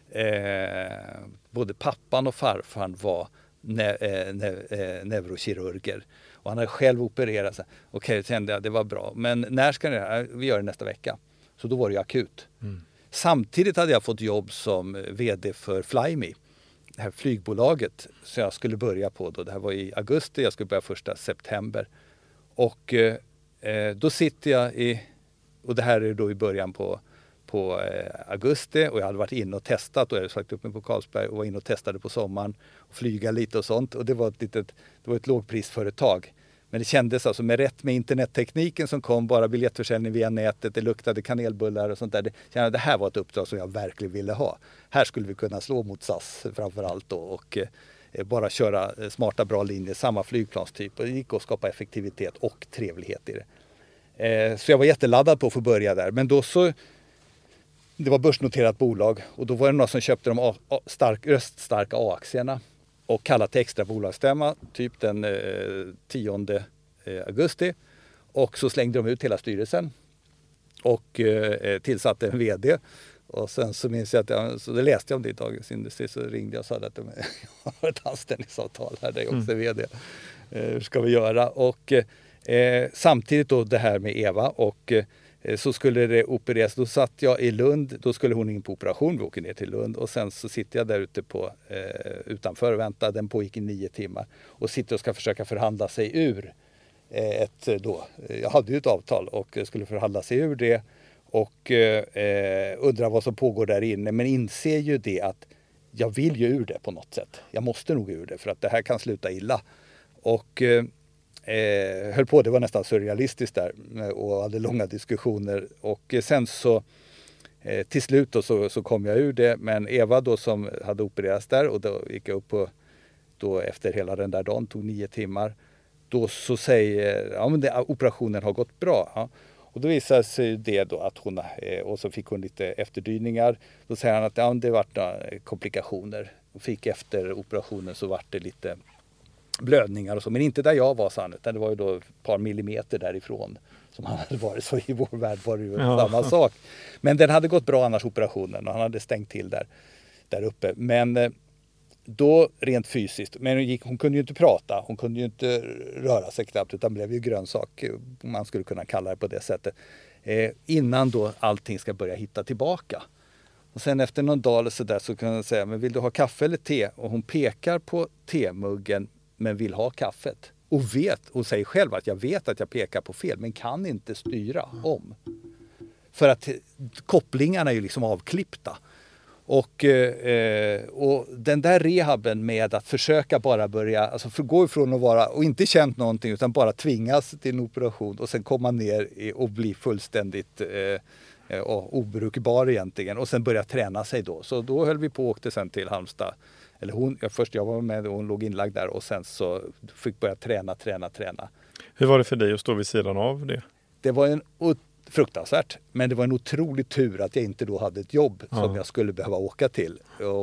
både pappan och farfan var neurokirurger. Och han hade själv opererat sig. Okej, kände jag, det var bra. Men när ska vi göra det nästa vecka? Så då var det ju akut. Samtidigt hade jag fått jobb som vd för Flyme, det här flygbolaget som jag skulle börja på då. Det här var i augusti, jag skulle börja 1 september. Och då sitter jag och det här är då i början på augusti, och jag hade varit inne och testat, och jag hade sagt upp mig på Carlsberg och var inne och testade på sommaren och flyga lite och sånt, och det var ett lågprisföretag. Men det kändes alltså med internettekniken som kom, bara biljettförsäljning via nätet, det luktade kanelbullar och sånt där. Det här var ett uppdrag som jag verkligen ville ha. Här skulle vi kunna slå mot SAS framförallt då, och bara köra smarta bra linjer, samma flygplanstyp, och det gick att skapa effektivitet och trevlighet i det. Så jag var jätteladdad på att få börja där, men då så det var börsnoterat bolag, och då var det några som köpte de röststarka A-aktierna och kallade till extra bolagsstämma typ den 10 augusti, och så slängde de ut hela styrelsen och tillsatte en vd. Och sen så minns jag att så det läste jag om det i Dagens Industri, så ringde jag och sa att jag har ett anställningsavtal här, där jag också är vd. Hur ska vi göra? Och samtidigt då det här med Eva, och så skulle det opereras. Då satt jag i Lund, då skulle hon in på operation, vi åker ner till Lund, och sen så sitter jag där ute utanför och väntar. Den pågick i 9 timmar och sitter och ska försöka förhandla sig ur jag hade ju ett avtal och skulle förhandla sig ur det, och undrar vad som pågår där inne, men inser ju det att jag vill ju ur det på något sätt. Jag måste nog ur det, för att det här kan sluta illa. Och höll på, det var nästan surrealistiskt där, och hade långa diskussioner, och sen så till slut då, så kom jag ur det. Men Eva då, som hade opererats där, och då gick jag upp på, då efter hela den där dagen, tog 9 timmar, då så säger operationen har gått bra. Ja. Och då visade sig det då att hon, och så fick hon lite efterdyningar. Då säger han att det var några komplikationer, och fick efter operationen så var det lite blödningar och så, men inte där jag var, sann, utan det var ju då ett par millimeter därifrån som han hade varit, så i vår värld var det ju samma sak. Men den hade gått bra annars, operationen, och han hade stängt till där uppe. Men då rent fysiskt, men hon kunde ju inte prata, hon kunde ju inte röra sig knappt, utan blev ju grönsak, man skulle kunna kalla det på det sättet, innan då allting ska börja hitta tillbaka. Och sen efter någon dag så där, så kan jag säga, men vill du ha kaffe eller te? Och hon pekar på temuggen, men vill ha kaffet. Och säger själv att jag vet att jag pekar på fel, men kan inte styra om. För att kopplingarna är ju liksom avklippta. Och den där rehaben med att försöka bara börja, alltså gå ifrån att vara, och inte känt någonting, utan bara tvingas till en operation och sen komma ner och bli fullständigt obrukbar egentligen, och sen börja träna sig då. Så då höll vi på och åkte sen till Halmstad. Eller först jag var med och hon låg inlagd där, och sen så fick börja träna. Hur var det för dig att stå vid sidan av det? Det var fruktansvärt, men det var en otrolig tur att jag inte då hade ett jobb som jag skulle behöva åka till.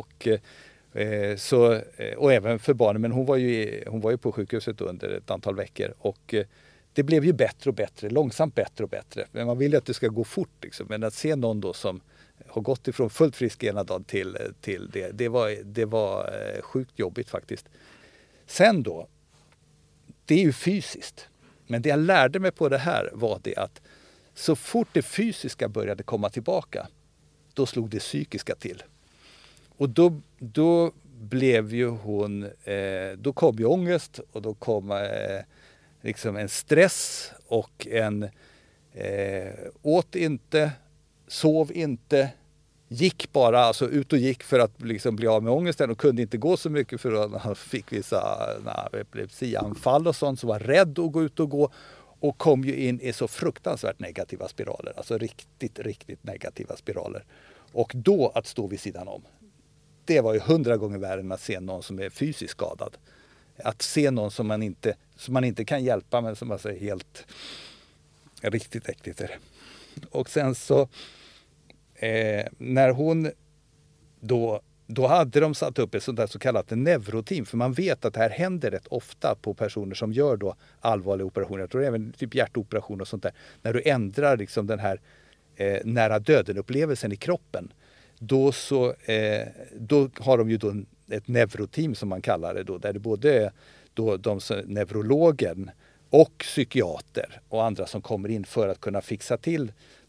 Och även för barnen, men hon var ju på sjukhuset under ett antal veckor, och det blev ju bättre och bättre, långsamt bättre och bättre. Men man vill ju att det ska gå fort liksom. Men att se någon då som har gått ifrån fullt frisk ena dagen till det var sjukt jobbigt faktiskt. Sen då, det är ju fysiskt. Men det jag lärde mig på det här var det att så fort det fysiska började komma tillbaka, då slog det psykiska till. Och då blev ju hon, då kom ju ångest, och då kom liksom en stress och en åt inte, sov inte, gick bara alltså ut och gick för att liksom bli av med ångesten, och kunde inte gå så mycket för att han fick vissa epilepsianfall och sånt, så var rädd att gå ut och gå, och kom ju in i så fruktansvärt negativa spiraler, alltså riktigt negativa spiraler. Och då att stå vid sidan om, det var ju 100 gånger värre än att se någon som är fysiskt skadad. Att se någon som man inte kan hjälpa, men som alltså är helt riktigt äckligt är det. Och sen så när hon då hade de satt upp ett sånt där så kallat neuroteam, för man vet att det här händer rätt ofta på personer som gör då allvarliga operationer. Jag tror även typ hjärtoperation och sånt där. När du ändrar liksom den här nära döden-upplevelsen i kroppen, då har de ju då ett neuroteam som man kallar det då, där det både är då de neurologen och psykiater och andra som kommer in för att kunna fixa till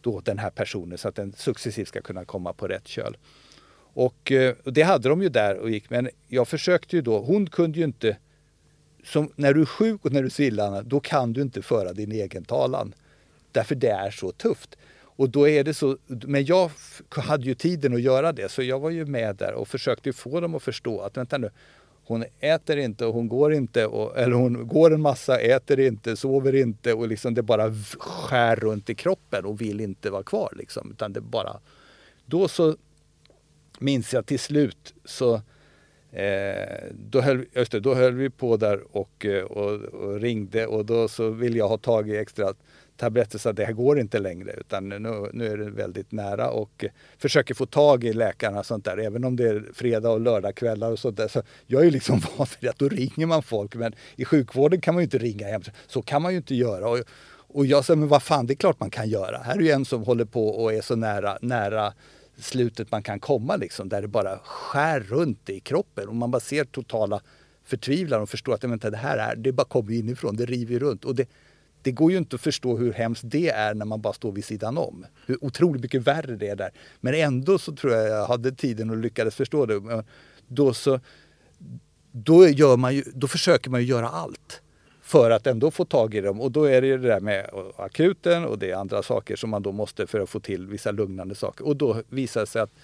då den här personen så att den successivt ska kunna komma på rätt köl. Och det hade de ju där och gick, men jag försökte ju då, hon kunde ju inte, som när du är sjuk och när du är svillande, då kan du inte föra din egen talan. Därför det är så tufft. Och då är det så, men jag hade ju tiden att göra det, så jag var ju med där och försökte få dem att förstå att vänta nu, hon äter inte och hon går inte, eller hon går en massa, äter inte, sover inte och liksom det bara skär runt i kroppen och vill inte vara kvar liksom, utan det bara, då så minns jag till slut så då höll vi på där och ringde, och då så ville jag ha tag i extra tabletter så att det här går inte längre, utan nu är det väldigt nära, och försöker få tag i läkarna och sånt där, även om det är fredag och lördagkvällar och sånt där. Så jag är ju liksom van vid att då ringer man folk, men i sjukvården kan man ju inte ringa hem, så kan man ju inte göra. Och jag sa, men vad fan, det är klart man kan göra. Här är ju en som håller på och är så nära slutet man kan komma liksom, där det bara skär runt i kroppen och man bara ser totala förtvivlan och förstår att det bara kommer inifrån, det river runt, och det går ju inte att förstå hur hemskt det är när man bara står vid sidan om. Hur otroligt mycket värre det är där. Men ändå så tror jag hade tiden och lyckades förstå det. Då försöker man ju göra allt för att ändå få tag i dem. Och då är det där med akuten och det är andra saker som man då måste för att få till vissa lugnande saker. Och då visar det sig att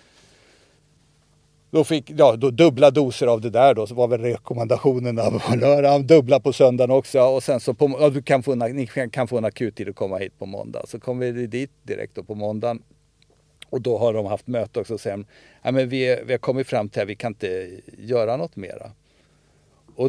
då dubbla doser av det där då, så var väl rekommendationen av lördag, dubbla på söndagen också, och sen så ni kan få en akuttid och komma hit på måndag. Så kom vi dit direkt då på måndagen, och då har de haft möte också sen. Ja, men vi har kommit fram till att vi kan inte göra något mera. Och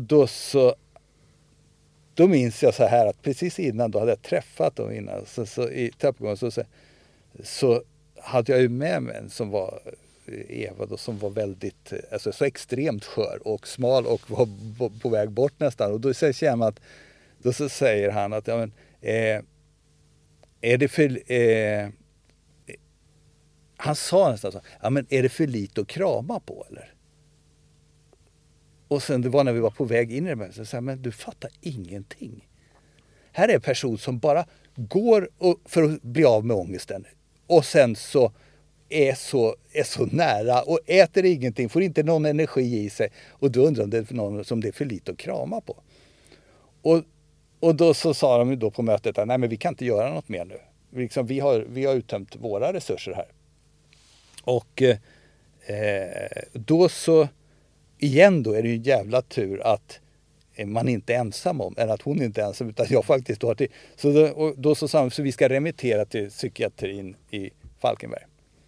då minns jag så här att precis innan då hade jag träffat dem innan, så i trappuppgången så hade jag ju med mig en som var Eva då, som var väldigt, alltså så extremt skör och smal och var på väg bort nästan. Och då känner man att, då så säger han att ja, men, är det för han sa nästan så, ja men är det för lite att krama på eller? Och sen det var när vi var på väg in i det, så sa jag, men du fattar ingenting. Här är en person som bara går för att bli av med ångesten, och sen så är så nära och äter ingenting, får inte någon energi i sig, och då undrar det är någon som det är för lite att krama på. Och då så sa de ju då på mötet att nej, men vi kan inte göra något mer nu. Vi har uttömt våra resurser här. Och då så igen då är det ju en jävla tur att man inte är ensam om, eller att hon inte är ensam, utan jag faktiskt har till. Så då så sa de, så vi ska remittera till psykiatrin i Falkenberg.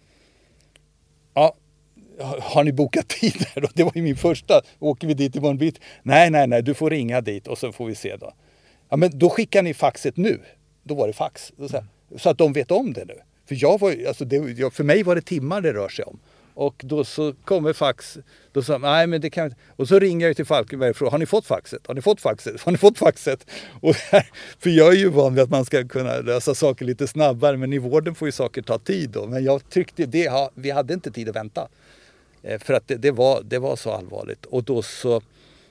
Ja, har ni bokat tid där då? Det var ju min första. Åker vi dit imorgon bit? Nej, du får ringa dit och så får vi se då. Ja, men då skickar ni faxet nu. Då var det fax. Så att de vet om det nu. För för mig var det timmar det rör sig om. Och då så kommer fax. Då sa nej, men det kan inte. Och så ringer jag till Falkenberg och frågar, har ni fått faxet? Och för jag är ju van vid att man ska kunna lösa saker lite snabbare, men i vården får ju saker ta tid då. Men jag tyckte vi hade inte tid att vänta. För att det var så allvarligt. Och då så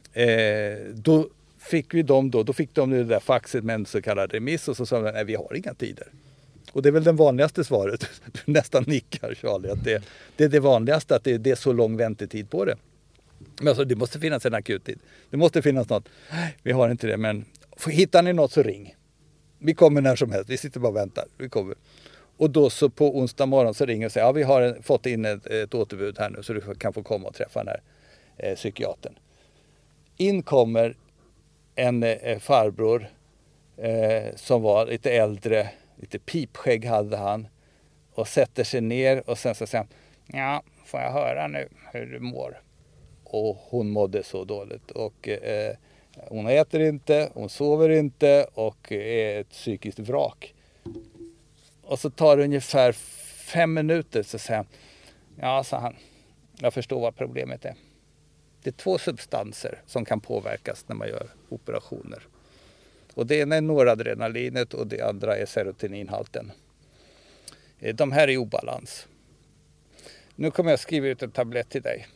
då fick vi då fick de det där faxet med en så kallad remiss, och så sa de, nej, vi har inga tider. Och det är väl den vanligaste svaret. Du nästan nickar, Charlie, att det är det vanligaste, att det är så lång väntetid på det. Men alltså, det måste finnas en akuttid. Det måste finnas något. Vi har inte det, men hittar ni något så ring. Vi kommer när som helst. Vi sitter bara och väntar. Vi kommer. Och då så på onsdag morgon så ringer och säger, ja, vi har fått in ett återbud här nu, så du kan få komma och träffa den här psykiatern. In kommer en farbror som var lite äldre. Lite pipskägg hade han, och sätter sig ner och sen så säger han, ja, får jag höra nu hur du mår? Och hon mådde så dåligt, och hon äter inte, hon sover inte och är ett psykiskt vrak. Och så tar det ungefär 5 minuter, så säger han, ja, sa han, jag förstår vad problemet är. Det är 2 substanser som kan påverkas när man gör operationer. Och det ena är noradrenalinet och det andra är serotoninhalten. De här är i obalans. Nu kommer jag skriva ut en tablett till dig.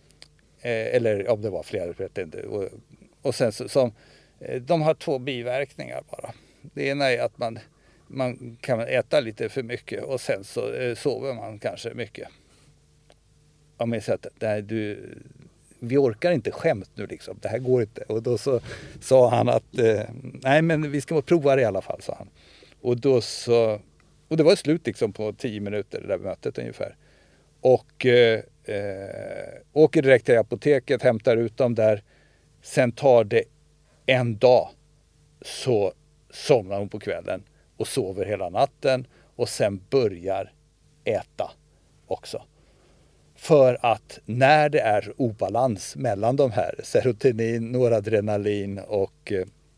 Eller om det var flera tabletter. Och sen så de har 2 biverkningar bara. Det ena är att man man kan äta lite för mycket och sen så sover man kanske mycket. Om jag säger att vi orkar inte skämt nu liksom, det här går inte. Och då så sa han att nej men vi ska prova det i alla fall, sa han. Och det var slut liksom på 10 minuter det där mötet ungefär. Och åker direkt till apoteket, hämtar ut dem där. Sen tar det en dag så somnar hon på kvällen och sover hela natten och sen börjar äta också. För att när det är obalans mellan de här, serotonin, noradrenalin och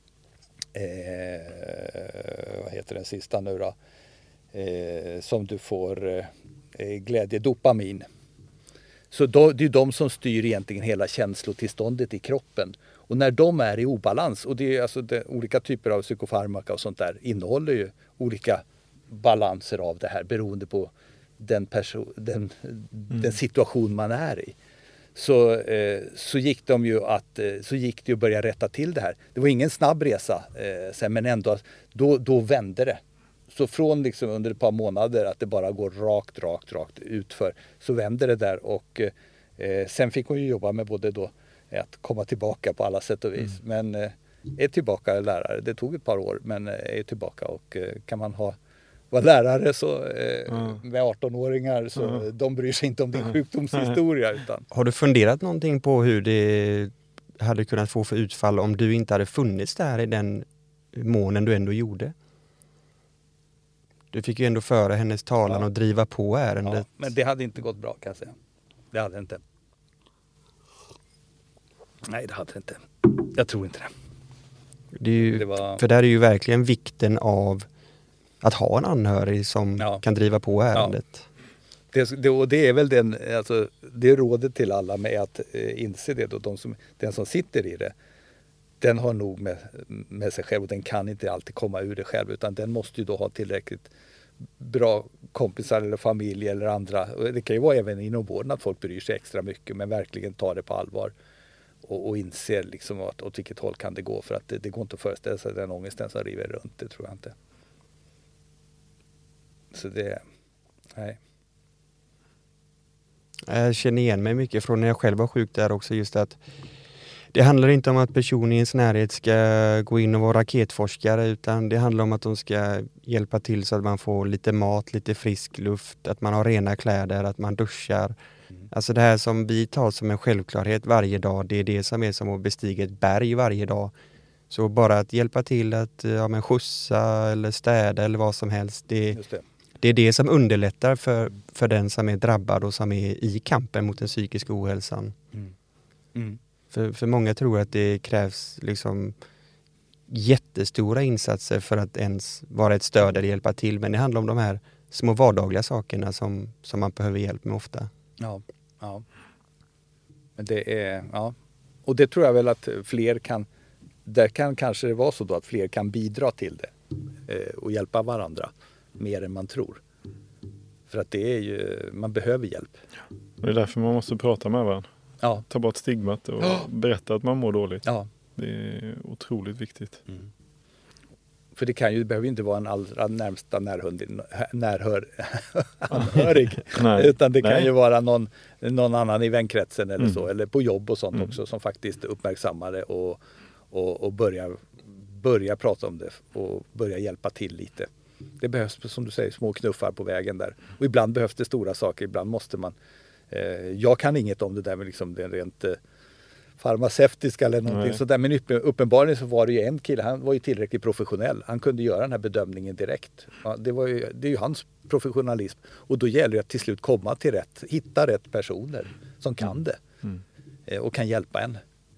vad heter den sista nu då? Som du får glädje, dopamin. Så det är de som styr egentligen hela känslotillståndet i kroppen. Och när de är i obalans, och det är alltså olika typer av psykofarmaka och sånt där innehåller ju olika balanser av det här beroende på den situation man är i. Så gick det att börja rätta till det här. Det var ingen snabb resa sen, men ändå då vände det. Så från liksom under ett par månader att det bara går rakt utför, så vände det där och sen fick hon ju jobba med både då att komma tillbaka på alla sätt och vis. Men är tillbaka lärare. Det tog ett par år men är tillbaka och kan man vara lärare så med 18-åringar så de bryr sig inte om din sjukdomshistoria. Utan. Har du funderat någonting på hur det hade kunnat få för utfall om du inte hade funnits där i den månen du ändå gjorde? Du fick ju ändå föra hennes talan och driva på ärendet. Ja, men det hade inte gått bra kan jag säga. Det hade inte. Nej, det hade inte. Jag tror inte det. Det är ju, för där är ju verkligen vikten av att ha en anhörig som kan driva på ärendet. Ja. Det är väl det rådet till alla med att inse det. Då, den som sitter i det, den har nog med sig själv och den kan inte alltid komma ur det själv, utan den måste ju då ha tillräckligt bra kompisar eller familj eller andra. Det kan ju vara även inom vården att folk bryr sig extra mycket men verkligen tar det på allvar och inser liksom åt vilket håll kan det gå, för att det går inte att föreställa sig den ångesten som river runt, det tror jag inte. Så nej. Jag känner igen mig mycket från när jag själv var sjuk där också, just att det handlar inte om att personen i ens närhet ska gå in och vara raketforskare, utan det handlar om att de ska hjälpa till så att man får lite mat, lite frisk luft, att man har rena kläder, att man duschar. Alltså det här som vi tar som en självklarhet varje dag, det är det som är som att bestiga ett berg varje dag. Så bara att hjälpa till att skjutsa eller städa eller vad som helst, det är det som underlättar för den som är drabbad och som är i kampen mot den psykiska ohälsan. För många tror att det krävs liksom jättestora insatser för att ens vara ett stöd eller hjälpa till. Men det handlar om de här små vardagliga sakerna som man behöver hjälp med ofta. Ja. Men och det tror jag väl att fler kan, där kan kanske det vara så då att fler kan bidra till det och hjälpa varandra mer än man tror. För att det är ju, man behöver hjälp. Det är därför man måste prata med varandra. Ja. Ta bort stigmat och berätta att man mår dåligt. Ja. Det är otroligt viktigt. För det behöver ju inte vara en allra närmsta anhörig. Utan det kan ju vara någon annan i vänkretsen eller så. Eller på jobb och sånt också som faktiskt uppmärksammar det och börjar prata om det och börja hjälpa till lite. Det behövs, som du säger, små knuffar på vägen där. Och ibland behövs det stora saker, ibland måste man. Jag kan inget om det där med liksom den rent farmaceutiska eller någonting sådär. Men uppenbarligen så var det ju en kille, han var ju tillräckligt professionell. Han kunde göra den här bedömningen direkt. Ja, det är ju hans professionalism. Och då gäller det att till slut komma till hitta rätt personer som kan det. Och kan hjälpa en.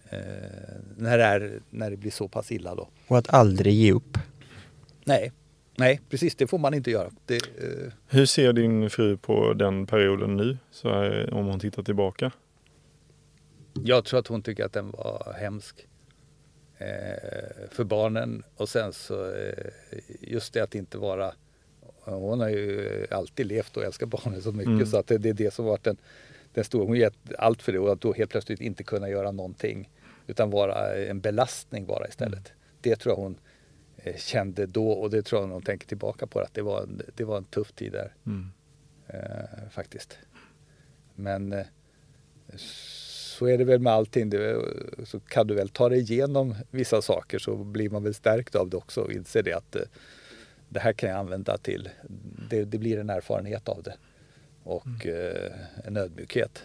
När det blir så pass illa då. Och att aldrig ge upp. Nej, precis. Det får man inte göra. Hur ser din fru på den perioden nu, så här, om hon tittar tillbaka? Jag tror att hon tycker att den var hemsk för barnen. Och sen så just det att inte vara... Hon har ju alltid levt och älskat barnen så mycket så att det är det som varit den stora... Hon gett allt för det och att då helt plötsligt inte kunna göra någonting utan vara en belastning bara istället. Det tror jag hon kände då, och det tror jag de tänker tillbaka på, att det var en tuff tid där. Faktiskt. Men så är det väl med allting. Så kan du väl ta dig igenom vissa saker, så blir man väl stärkt av det också och inser det att det här kan jag använda till. Det blir en erfarenhet av det. Och en ödmjukhet.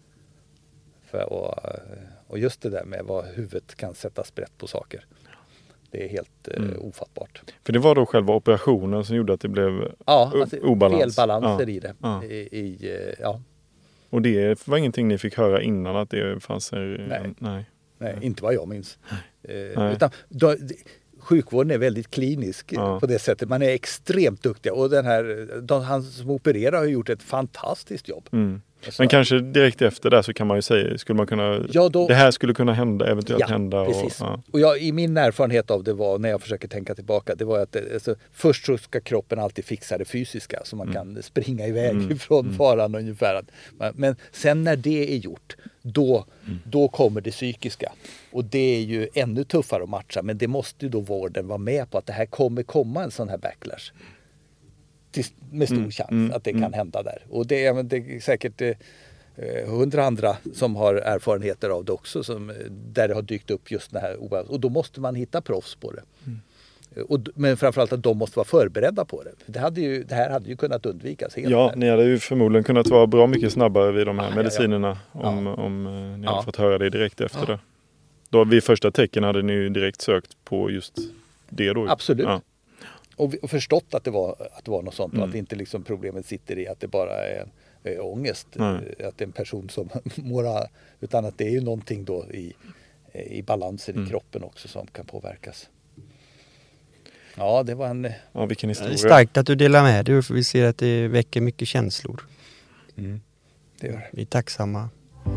Och just det där med vad huvudet kan sätta sprätt på saker. Det är helt ofattbart. För det var då själva operationen som gjorde att det blev obalans? Felbalanser i det. Ja. Och det var ingenting ni fick höra innan att det fanns Nej, inte vad jag minns. Utan sjukvården är väldigt klinisk på det sättet. Man är extremt duktig. Och han som opererar har gjort ett fantastiskt jobb. Men kanske direkt efter det så kan man ju säga, skulle man kunna, det här skulle kunna hända, eventuellt hända. Precis. Och i min erfarenhet av det var, när jag försöker tänka tillbaka, det var att först så ska kroppen alltid fixa det fysiska så man kan springa iväg ifrån faran ungefär. Men sen när det är gjort, då kommer det psykiska. Och det är ju ännu tuffare att matcha, men det måste ju då vården vara med på, att det här kommer komma en sån här backlash. Med stor chans att det kan hända där. Och det är säkert 100 andra som har erfarenheter av det också, där det har dykt upp just det här. Och då måste man hitta proffs på det. Men framförallt att de måste vara förberedda på det. Det här hade ju kunnat undvikas helt. Ja, ni hade ju förmodligen kunnat vara bra mycket snabbare vid de här medicinerna om ni hade fått höra det direkt efter det. Då vid första tecken hade ni ju direkt sökt på just det då. Absolut. Ja. Och förstått att det var något sånt och att inte liksom problemet sitter i att det bara är ångest. Att det är en person som mår, utan att det är ju någonting då i balansen i kroppen också som kan påverkas. Ja, det var en... Ja, vilken historia. Det är starkt att du delar med dig, för vi ser att det väcker mycket känslor. Det gör det. Vi är tacksamma.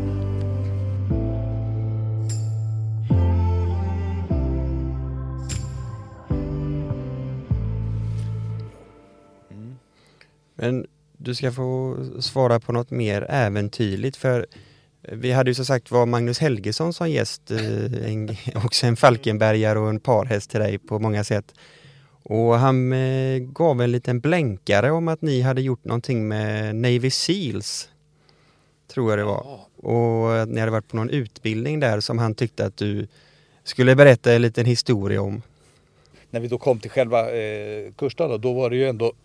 Men du ska få svara på något mer äventyrligt, för vi hade ju så sagt var Magnus Helgesson som gäst, också en falkenbergare och en parhäst till dig på många sätt. Och han gav en liten blänkare om att ni hade gjort någonting med Navy Seals, tror jag det var. Och att ni hade varit på någon utbildning där som han tyckte att du skulle berätta en liten historia om. När vi då kom till själva kursdagen, då var det ju ändå...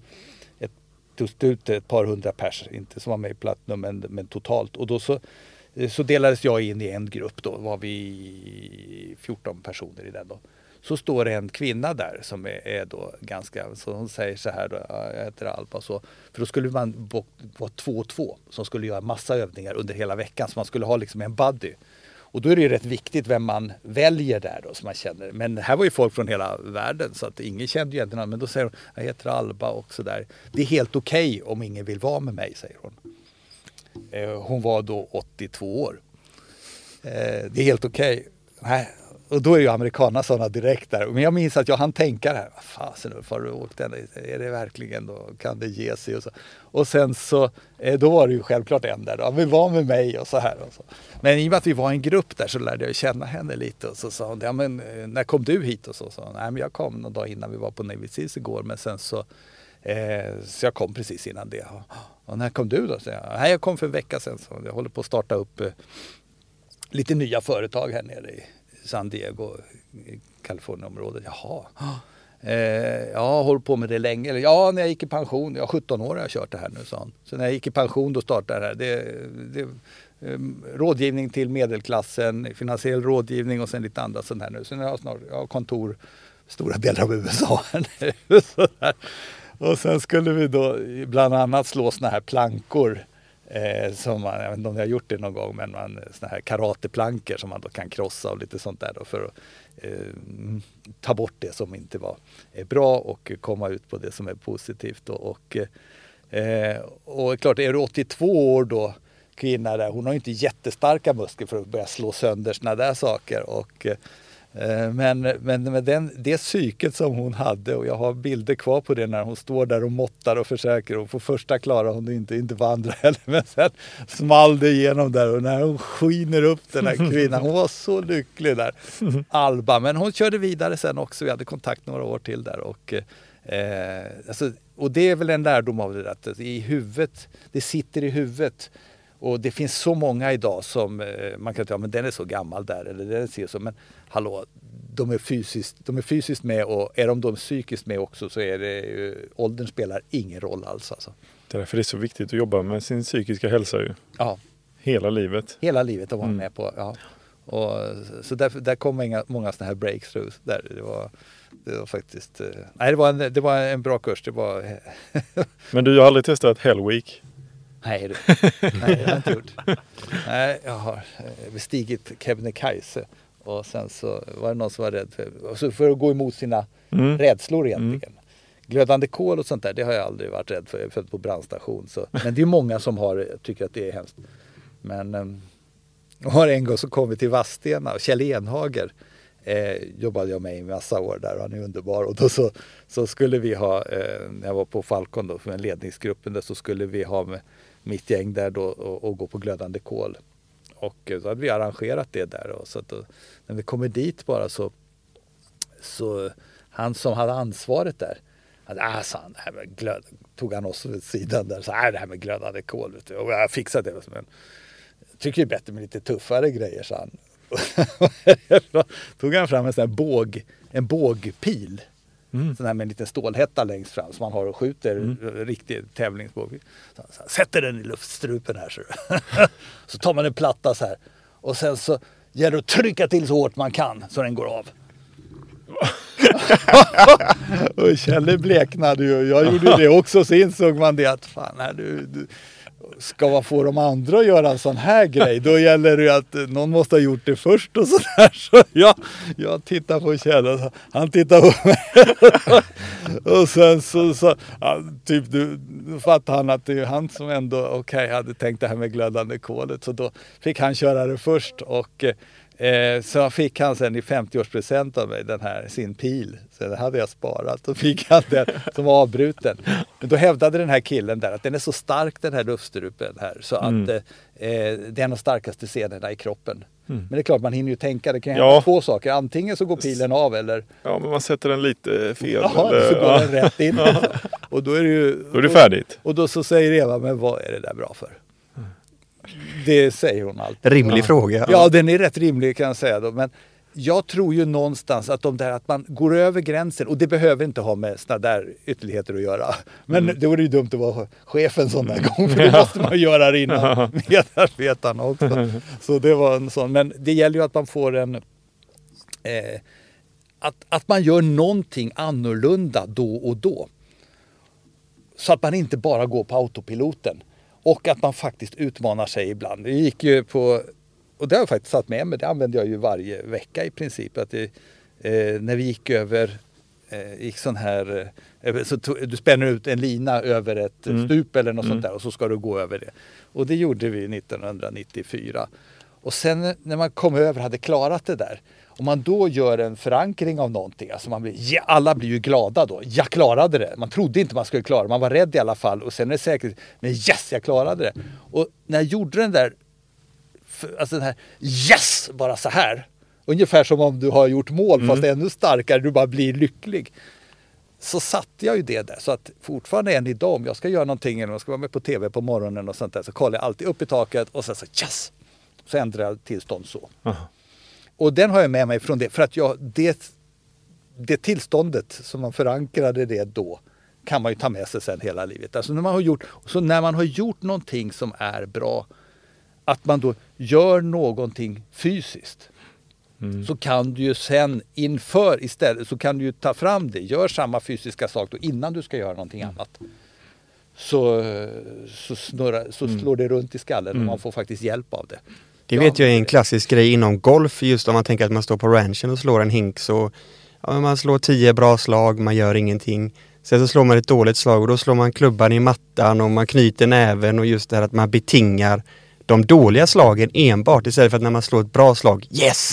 tog ut ett par hundra pers, inte som var med i Platinum men totalt. Och då så delades jag in i en grupp, då var vi 14 personer i den då. Så står det en kvinna där som är då ganska, så hon säger så här då, jag heter Alba, så, för då skulle man vara 2 och 2 som skulle göra massa övningar under hela veckan, så man skulle ha liksom en buddy. Och då är det ju rätt viktigt vem man väljer där då, som man känner. Men här var ju folk från hela världen, så att ingen kände ju egentligen, men då säger hon, jag heter Alba och så där. Det är helt okej om ingen vill vara med mig, säger hon. Hon var då 82 år. Det är helt okej. Och då är ju amerikanerna sådana direkt där. Men jag minns att jag hann tänka det här. Vad fasen, har du åkt den? Är det verkligen då? Kan det ge sig? Och sen så, då var det ju självklart en där. Då. Vi var med mig och så här. Och så. Men i och med att vi var en grupp där så lärde jag känna henne lite. Och så sa hon, ja men när kom du hit? Och så sa hon, nej men jag kom någon dag innan vi var på Navy Seals igår. Men sen så jag kom precis innan det. Och när kom du då? Så nej, jag kom för en vecka sedan. Så jag håller på att starta upp lite nya företag här nere i San Diego, Kalifornienområdet. Jaha. Jag har hållit på med det länge. Ja, när jag gick i pension. Jag har 17 år har jag kört det här nu, sa han. Så när jag gick i pension då startade det här. Det rådgivning till medelklassen, finansiell rådgivning och sen lite andra sånt här nu. Så jag har kontor stora delar av USA här nu. Och sen skulle vi då bland annat slå såna här plankor. Som man, jag vet inte om jag har gjort det någon gång, men såna här karateplankor som man då kan krossa och lite sånt där då, för att ta bort det som inte är bra och komma ut på det som är positivt. Och klart, är du 82 år då, kvinna där, hon har ju inte jättestarka muskler för att börja slå sönder såna där saker. Och Men med det psyket som hon hade, och jag har bilder kvar på det när hon står där och måttar och försöker, och på första klarar hon inte på andra heller, men sen small det igenom där, och när hon skiner upp den här kvinnan, hon var så lycklig där, Alba, men hon körde vidare sen också, vi hade kontakt några år till där, och och det är väl en lärdom av det där, att i huvudet, det sitter i huvudet. Och det finns så många idag som man kan säga, men den är så gammal där, eller den ser så, men hallå, de är fysiskt med, och är de psykiskt med också, så är det åldern spelar ingen roll alls alltså. Det är därför det är så viktigt att jobba med sin psykiska hälsa ju. Ja. Hela livet. Hela livet har man med på, ja. Och så där kom många sådana här breakthroughs där. Det var faktiskt, nej, det var en bra kurs, det var. Men du har aldrig testat Hell Week? Nej, det har jag inte gjort. Nej, jag har bestigit Kebnekaise, och sen så var det någon som var rädd för att gå emot sina rädslor egentligen. Glödande kol och sånt där, det har jag aldrig varit rädd för. Jag är född på brandstation. Men det är många som tycker att det är hemskt. Men en gång så kom vi till Vadstena, och Kjell Enhager jobbade jag med i massa år där, och han är underbar. Och då så skulle vi ha, när jag var på Falcon då, för en ledningsgruppen där, så skulle vi ha med mitt gäng där då och gå på glödande kol. Och så hade vi arrangerat det där, och så att då, när vi kommer dit bara så han som hade ansvaret där, sa han, det här med tog han oss vid sidan där, så det här med glödande kol, vet du, och jag fixade det, men jag tycker det är bättre med lite tuffare grejer, sa han. Tog han fram en bågpil, sån här med en liten stålhätta längst fram som man har och skjuter riktig tävlingsbåg. Så sätter den i luftstrupen här, så tar man en platta så här, och sen så gäller det att trycka till så hårt man kan så den går av. Och Kjell bleknade ju, jag gjorde det också, så insåg man det att fan, här, du ska man få de andra att göra en sån här grej, då gäller det att någon måste ha gjort det först och sådär. Så jag tittar på Kjell, och han tittar på mig. Och sen så typ du fattar han att det är han som ändå hade tänkt det här med glödande kolet, så då fick han köra det först, och så fick han sen i 50-årspresent av mig sin pil. Så den hade jag sparat, och fick han den som var avbruten. Men då hävdade den här killen där att den är så stark, den här luftstrupen här, så att det är en av starkaste scenerna i kroppen. Men det är klart, man hinner ju tänka, det kan hända två saker. Antingen så går pilen av, eller... Ja, men man sätter den lite fel. Ja, eller... så går den rätt in. Och då är det ju... Då är det färdigt. Och då så säger Eva, men vad är det där bra för? Det säger hon alltid. Rimlig fråga. Ja, den är rätt rimlig, kan jag säga då. Men jag tror ju någonstans att att man går över gränsen, och det behöver inte ha med såna där ytterligheter att göra. Men det vore ju dumt att vara chefen sån där gång, för det måste man göra det innan medarbetarna också. Så det var en sån. Men det gäller ju att man får att man gör någonting annorlunda då och då. Så att man inte bara går på autopiloten. Och att man faktiskt utmanar sig ibland. Det gick ju på, och det har jag faktiskt satt med mig, det använder jag ju varje vecka i princip. Att när vi gick över, gick sån här, så du spänner ut en lina över ett stup eller något sånt där, och så ska du gå över det. Och det gjorde vi 1994. Och sen när man kom över, hade klarat det där, om man då gör en förankring av någonting, alltså alla blir ju glada då. Jag klarade det. Man trodde inte man skulle klara det. Man var rädd i alla fall. Och sen är det säkert, men yes, jag klarade det. Och när jag gjorde den där, alltså den här yes, bara så här. Ungefär som om du har gjort mål, fast ännu starkare, du bara blir lycklig. Så satte jag ju det där. Så att fortfarande än idag, om jag ska göra någonting, eller jag ska vara med på tv på morgonen och sånt där, så kollar jag alltid upp i taket och sen så yes. Så ändrar jag tillstånd så. Aha. Och den har jag med mig från det, för att det tillståndet som man förankrade det då, kan man ju ta med sig sen hela livet. Alltså när man har gjort någonting som är bra, att man då gör någonting fysiskt, så kan du ju sen istället så kan du ju ta fram det, gör samma fysiska sak då innan du ska göra någonting annat. Så slår det runt i skallen, och man får faktiskt hjälp av det. Det vet jag är en klassisk grej inom golf, just om man tänker att man står på ranchen och slår en hink, så man slår 10 bra slag, man gör ingenting. Sen så slår man ett dåligt slag, och då slår man klubban i mattan och man knyter näven, och just det här att man betingar de dåliga slagen enbart, istället för att när man slår ett bra slag, yes!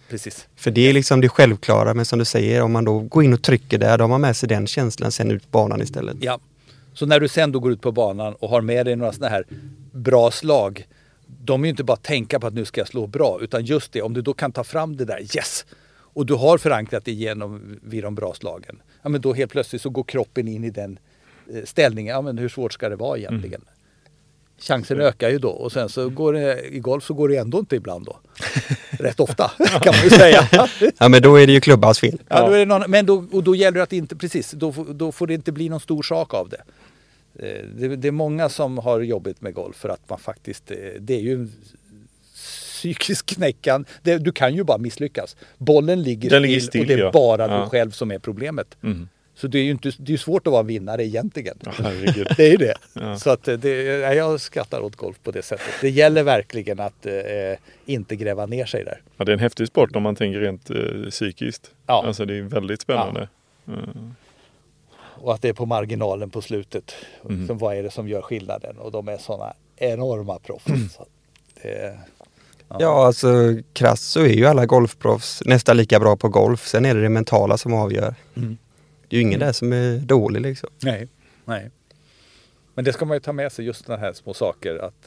precis. För det är liksom det självklara, men som du säger, om man då går in och trycker där, då har man med sig den känslan sen ut på banan istället. Ja, så när du sen då går ut på banan och har med dig några sådana här bra slag, de är ju inte bara tänka på att nu ska jag slå bra, utan just det, om du då kan ta fram det där, yes! Och du har förankrat igenom vid de bra slagen. Ja, men då helt plötsligt så går kroppen in i den ställningen. Ja, men hur svårt ska det vara egentligen? Chansen ökar ju då. Och sen så går det, i golf så går det ändå inte ibland då. Rätt ofta kan man ju säga. Ja, men då är det ju klubbans fel. Ja, då är det någon, men då gäller det att inte, precis, då får det inte bli någon stor sak av det. Det är många som har jobbat med golf för att man faktiskt, det är ju en psykisk knäckan. Du kan ju bara misslyckas. Bollen ligger still och det är bara du själv som är problemet. Mm. Så det är ju inte, det är svårt att vara vinnare egentligen. Det är ju det. Ja. Så att jag skrattar åt golf på det sättet. Det gäller verkligen att inte gräva ner sig där. Ja, det är en häftig sport om man tänker rent psykiskt. Ja. Alltså det är väldigt spännande. Ja. Mm. Och att det är på marginalen på slutet. Så vad är det som gör skillnaden? Och de är sådana enorma proffs. Så ja, alltså krasst så är ju alla golfproffs nästan lika bra på golf. Sen är det mentala som avgör. Mm. Det är ju ingen där som är dålig liksom. Nej. Men det ska man ju ta med sig, just sådana här små saker. Att,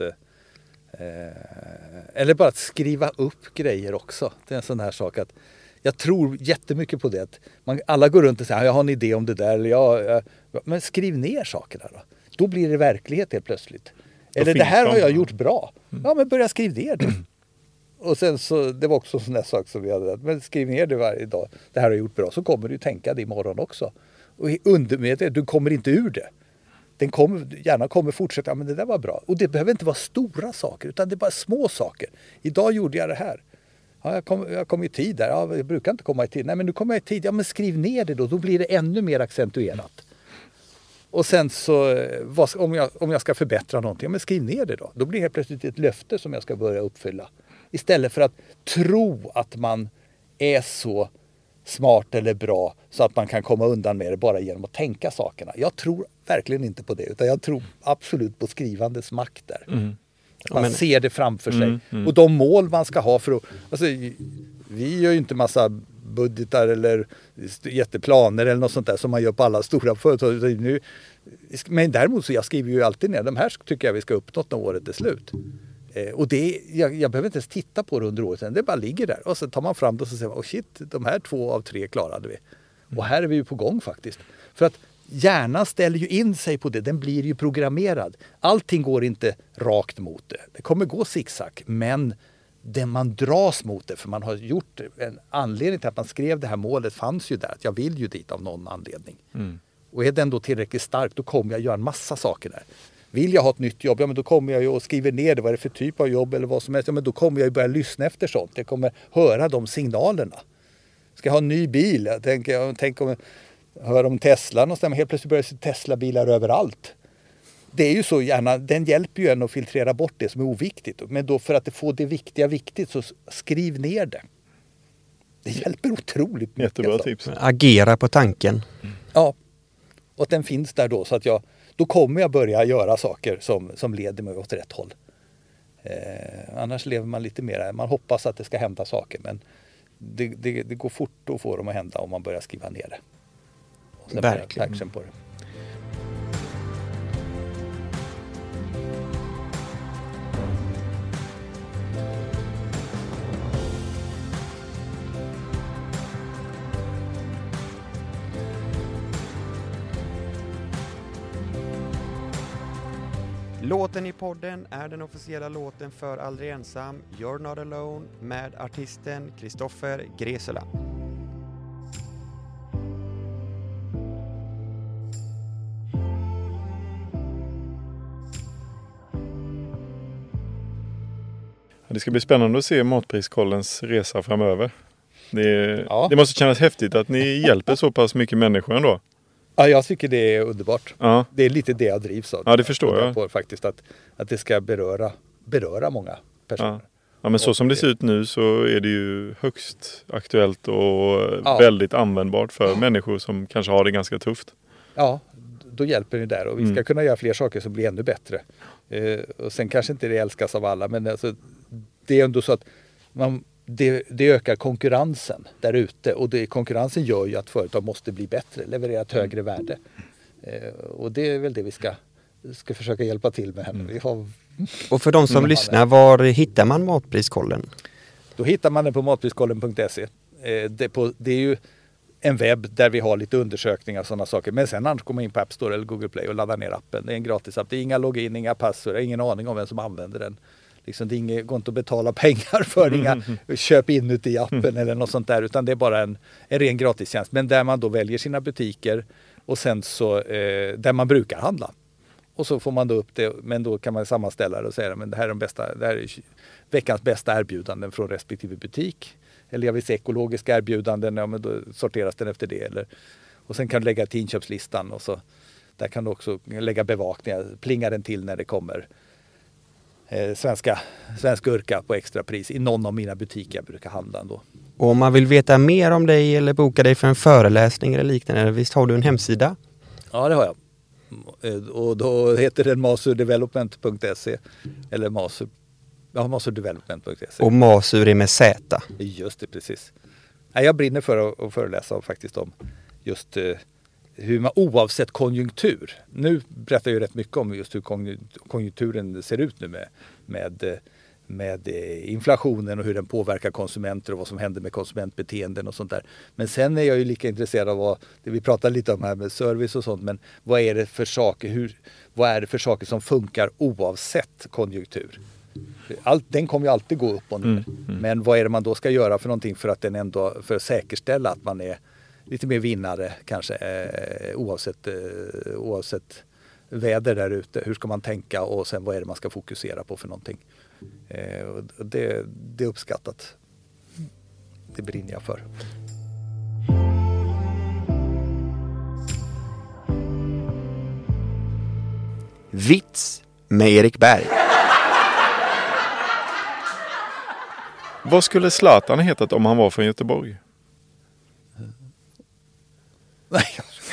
eller bara att skriva upp grejer också. Det är en sån här sak att jag tror jättemycket på det. Att alla går runt och säger, jag har en idé om det där. Eller men skriv ner sakerna då. Då blir det verklighet helt plötsligt. Eller det här har jag gjort bra. Ja, men börja skriva ner det. Och sen så, det var också en sån där sak som vi hade. Men skriv ner det varje dag. Det här har jag gjort bra. Så kommer du tänka det imorgon också. Och undermedvetet, du kommer inte ur det. Den gärna kommer fortsätta, ja men det där var bra. Och det behöver inte vara stora saker, utan det är bara små saker. Idag gjorde jag det här. Ja, jag kom i tid där. Ja, jag brukar inte komma i tid. Nej, men nu kommer jag i tid. Ja, men skriv ner det då. Då blir det ännu mer accentuerat. Och sen så, om jag ska förbättra någonting, ja, men skriv ner det då. Då blir det helt plötsligt ett löfte som jag ska börja uppfylla. Istället för att tro att man är så smart eller bra så att man kan komma undan med det bara genom att tänka sakerna. Jag tror verkligen inte på det, utan jag tror absolut på skrivandets makt där. Mm. Man ser det framför sig. Och de mål man ska ha för att... Alltså, vi gör ju inte massa budgetar eller jätteplaner eller något sånt där som man gör på alla stora företag. Men däremot så jag skriver ju alltid ner, de här tycker jag vi ska uppnå när året är slut. Och jag behöver inte ens titta på det under året, det bara ligger där. Och så tar man fram det och så säger man, shit, de här 2 av 3 klarade vi. Och här är vi ju på gång faktiskt. För att hjärnan ställer ju in sig på det, den blir ju programmerad. Allting går inte rakt mot det. Det kommer gå zigzag, men man dras mot det, för man har gjort en anledning till att man skrev det här målet fanns ju där, att jag vill ju dit av någon anledning. Och är den då tillräckligt stark, då kommer jag göra en massa saker där. Vill jag ha ett nytt jobb, ja men då kommer jag ju och skriver ner det, vad är det för typ av jobb eller vad som helst. Ja, men då kommer jag ju börja lyssna efter sånt. Jag kommer höra de signalerna. Ska jag ha en ny bil? Jag tänker om jag hör om Tesla någonstans, men helt plötsligt börjar det Tesla-bilar överallt. Det är ju så gärna, den hjälper ju en att filtrera bort det som är oviktigt. Men då för att få det viktiga viktigt, så skriv ner det. Det hjälper otroligt mycket. Jättebra tips. Agera på tanken. Ja, och att den finns där då, så att då kommer jag börja göra saker som leder mig åt rätt håll. Annars lever man lite mer, man hoppas att det ska hända saker, men det går fort att få dem att hända om man börjar skriva ner det. Och sen verkligen. Action på det. Låten i podden är den officiella låten för Aldrig ensam, You're Not Alone, med artisten Kristoffer Gresela. Det ska bli spännande att se Matpriskollens resa framöver. Det måste kännas häftigt att ni hjälper så pass mycket människor ändå. Ja, jag tycker det är underbart. Ja. Det är lite det jag drivs av. Ja, det förstår jag. På, faktiskt, att det ska beröra många personer. Ja, men så som det ser ut nu så är det ju högst aktuellt och väldigt användbart för människor som kanske har det ganska tufft. Ja, då hjälper det där. Och vi ska kunna göra fler saker som blir ännu bättre. Och sen kanske inte det älskas av alla, men alltså, det är ändå så att det ökar konkurrensen där ute, och konkurrensen gör ju att företag måste bli bättre, leverera ett högre värde. Och det är väl det vi ska försöka hjälpa till med. Vi har... Och för de som lyssnar, var hittar man Matpriskollen? Då hittar man den på matpriskollen.se. Det är ju en webb där vi har lite undersökningar och sådana saker. Men sen annars går man in på App Store eller Google Play och laddar ner appen. Det är en gratis app. Det är inga login, inga password. Jag har ingen aning om vem som använder den. Liksom, det går inte att betala pengar för inga köp inuti appen eller något sånt där. Utan det är bara en ren gratistjänst. Men där man då väljer sina butiker och sen så där man brukar handla. Och så får man då upp det, men då kan man sammanställa det och säga att det här är veckans bästa erbjudanden från respektive butik. Eller jag vill se ekologiska erbjudanden, ja, men då sorteras den efter det. Och sen kan du lägga till inköpslistan och så där kan du också lägga bevakningar, plinga den till när det kommer svensk gurka på extrapris i någon av mina butiker jag brukar handla ändå. Och om man vill veta mer om dig eller boka dig för en föreläsning eller liknande, visst har du en hemsida? Ja, det har jag. Och då heter den masurdevelopment.se eller masurdevelopment.se. Och Masur är med Z. Just det, precis. Jag brinner för att föreläsa faktiskt om just hur man oavsett konjunktur. Nu berättar jag ju rätt mycket om just hur konjunkturen ser ut nu med inflationen och hur den påverkar konsumenter och vad som händer med konsumentbeteenden och sånt där. Men sen är jag ju lika intresserad av det vi pratar lite om här med service och sånt, men vad är det för saker som funkar oavsett konjunktur? Den kommer ju alltid gå upp och ner. Men vad är det man då ska göra för någonting för att för att säkerställa att man är lite mer vinnare kanske oavsett väder där ute. Hur ska man tänka och sen vad är det man ska fokusera på för någonting? Det är uppskattat. Det brinner jag för. Vits med Erik Berg. Vad skulle Zlatan hetat om han var från Göteborg? Nej.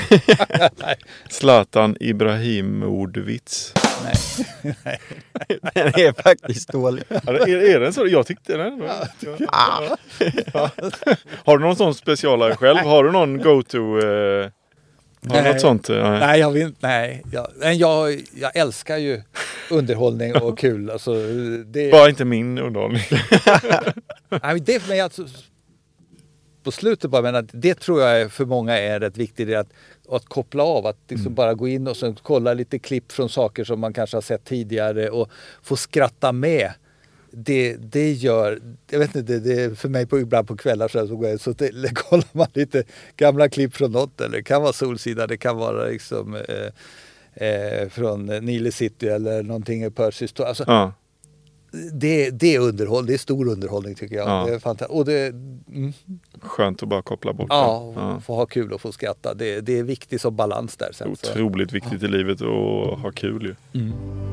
Zlatan Ibrahimovic. Nej. Den är faktiskt dålig. Är den så? Jag tyckte den. Ja. Har du någon sån specialare själv? Har du någon go-to? Har du något sånt? Nej, jag vill, nej. Jag älskar ju underhållning och kul. Alltså, bara inte min underhållning. Nej, det för mig alltså, på slutet bara, men det tror jag för många är rätt viktigt att koppla av, att liksom bara gå in och sen kolla lite klipp från saker som man kanske har sett tidigare och få skratta med. Det gör, jag vet inte, det för mig ibland på kvällar så kollar man lite gamla klipp från något, eller det kan vara Solsida, det kan vara liksom från Nile City eller någonting i Persis. Alltså, ja. Det är underhåll, det är stor underhållning tycker jag. Ja. Det är fantastiskt. Och skönt att bara koppla bort. Ja, få ha kul och få skratta. Det är viktigt som balans där. Sen, otroligt viktigt i livet att ha kul ju.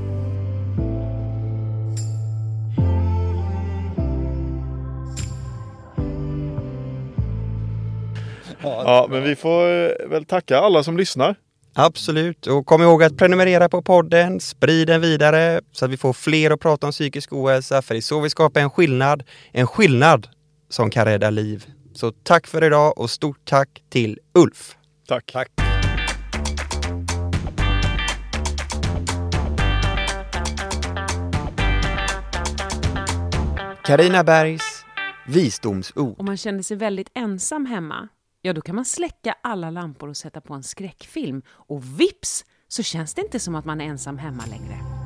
Ja, men vi får väl tacka alla som lyssnar. Absolut, och kom ihåg att prenumerera på podden, sprid den vidare så att vi får fler att prata om psykisk ohälsa, för det är så vi skapar en skillnad som kan rädda liv. Så tack för idag och stort tack till Ulf. Tack. Carina Bergs visdomsord. Om man känner sig väldigt ensam hemma, ja då kan man släcka alla lampor och sätta på en skräckfilm. Och vips så känns det inte som att man är ensam hemma längre.